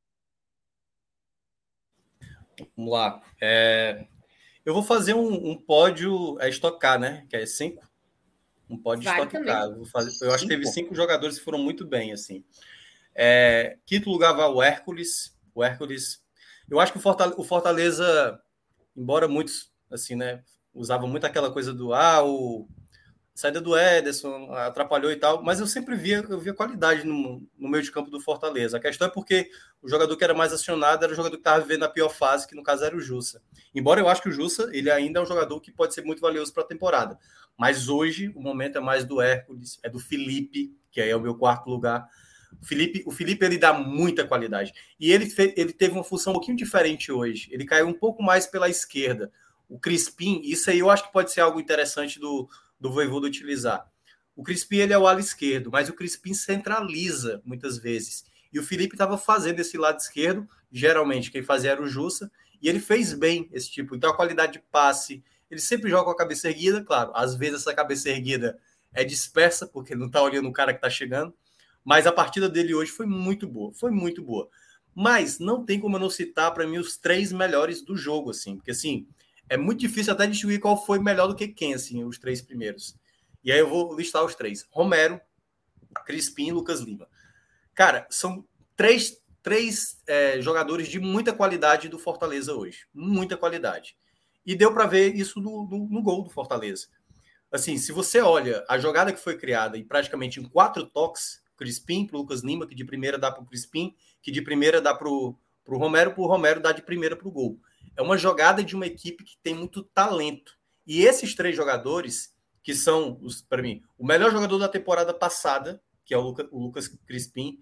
Vamos lá. É... Eu vou fazer um, um pódio é, estocar, né? Que é cinco. Um pódio Vale estocar. Eu, vou fazer... Eu acho que teve Cinco? cinco jogadores que foram muito bem, assim. É... Quinto lugar vai o Hércules. O Hércules. Eu acho que o Fortaleza, o Fortaleza, embora muitos, assim, né? Usavam muito aquela coisa do ah, o saída do Ederson atrapalhou e tal, mas eu sempre via, eu via qualidade no, no meio de campo do Fortaleza. A questão é porque o jogador que era mais acionado era o jogador que estava vivendo a pior fase, que no caso era o Jussa. Embora eu acho que o Jussa, ele ainda é um jogador que pode ser muito valioso para a temporada. Mas hoje o momento é mais do Hércules, é do Felipe, que aí é o meu quarto lugar. O Felipe, o Felipe ele dá muita qualidade. E ele, fe, ele teve uma função um pouquinho diferente hoje. Ele caiu um pouco mais pela esquerda. O Crispim, isso aí eu acho que pode ser algo interessante do do Vojvoda utilizar. O Crispim ele é o ala esquerdo, mas o Crispim centraliza muitas vezes. E o Felipe estava fazendo esse lado esquerdo, geralmente quem fazia era o Jussa, e ele fez bem esse tipo. Então a qualidade de passe, ele sempre joga com a cabeça erguida, claro, às vezes essa cabeça erguida é dispersa, porque ele não está olhando o cara que está chegando, mas a partida dele hoje foi muito boa, foi muito boa. Mas não tem como eu não citar, para mim, os três melhores do jogo, assim, porque assim, é muito difícil até distinguir qual foi melhor do que quem, assim, os três primeiros. E aí eu vou listar os três. Romero, Crispim e Lucas Lima. Cara, são três, três é, jogadores de muita qualidade do Fortaleza hoje. Muita qualidade. E deu para ver isso no, no, no gol do Fortaleza. Assim, se você olha a jogada que foi criada em praticamente em quatro toques, Crispim para o Lucas Lima, que de primeira dá para o Crispim, que de primeira dá para o Romero, para o Romero dá de primeira para o gol. É uma jogada de uma equipe que tem muito talento. E esses três jogadores, que são, para mim, o melhor jogador da temporada passada, que é o, Luca, o Lucas Crispim,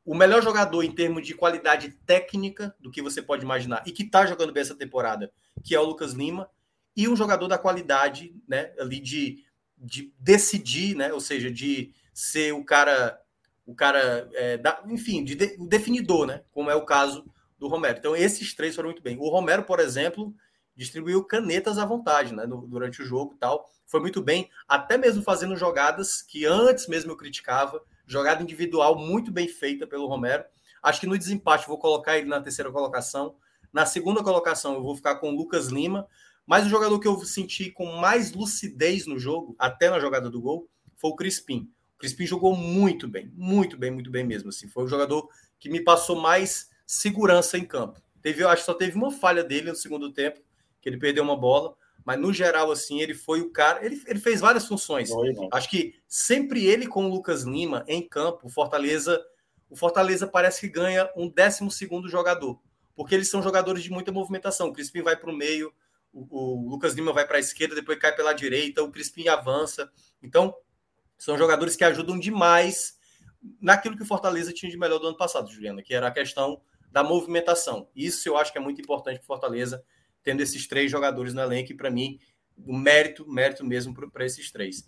o melhor jogador em termos de qualidade técnica do que você pode imaginar e que está jogando bem essa temporada, que é o Lucas Lima, e um jogador da qualidade, né, ali de, de decidir, né, ou seja, de ser o cara, o cara é, da, enfim, de, de, o definidor, né, como é o caso do Romero. Então, esses três foram muito bem. O Romero, por exemplo, distribuiu canetas à vontade, né, no, durante o jogo e tal, foi muito bem, até mesmo fazendo jogadas que antes mesmo eu criticava, jogada individual muito bem feita pelo Romero. Acho que no desempate vou colocar ele na terceira colocação. Na segunda colocação eu vou ficar com o Lucas Lima. Mas o jogador que eu senti com mais lucidez no jogo, até na jogada do gol, foi o Crispim. O Crispim jogou muito bem, muito bem, muito bem mesmo. Assim. Foi o jogador que me passou mais segurança em campo. Teve, eu acho que só teve uma falha dele no segundo tempo, que ele perdeu uma bola. Mas, no geral, assim, ele foi o cara... Ele, ele fez várias funções. Oi, acho que sempre ele com o Lucas Lima em campo, o Fortaleza, o Fortaleza parece que ganha um décimo segundo jogador. Porque eles são jogadores de muita movimentação. O Crispim vai para o meio, o, o Lucas Lima vai para a esquerda, depois cai pela direita, o Crispim avança. Então, são jogadores que ajudam demais naquilo que o Fortaleza tinha de melhor do ano passado, Juliana, que era a questão da movimentação. Isso eu acho que é muito importante para o Fortaleza, tendo esses três jogadores no elenco, e para mim, o mérito, mérito mesmo para esses três.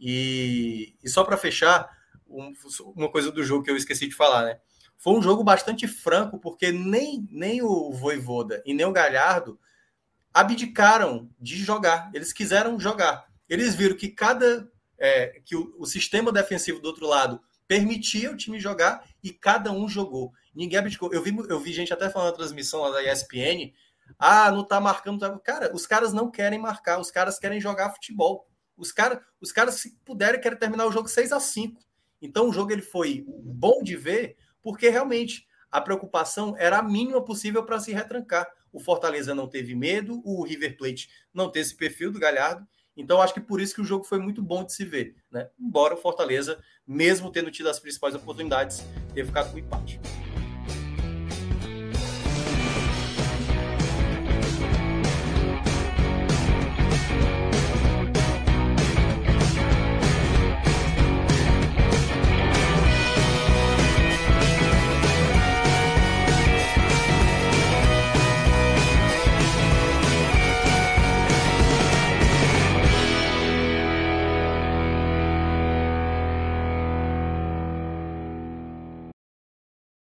E, e só para fechar, um, uma coisa do jogo que eu esqueci de falar, né? Foi um jogo bastante franco, porque nem, nem o Vojvoda e nem o Galhardo abdicaram de jogar. Eles quiseram jogar. Eles viram que cada é, que o, o sistema defensivo do outro lado permitia o time jogar e cada um jogou. Ninguém abdicou. Eu vi, eu vi gente até falando na transmissão lá da E S P N, ah, não tá marcando. Tá... Cara, os caras não querem marcar, os caras querem jogar futebol. Os, cara, os caras, se puderem, querem terminar o jogo seis a cinco. Então o jogo ele foi bom de ver, porque realmente a preocupação era a mínima possível para se retrancar. O Fortaleza não teve medo, o River Plate não teve esse perfil do Galhardo. Então acho que por isso que o jogo foi muito bom de se ver, né? Embora o Fortaleza, mesmo tendo tido as principais oportunidades, tenha ficado com o empate.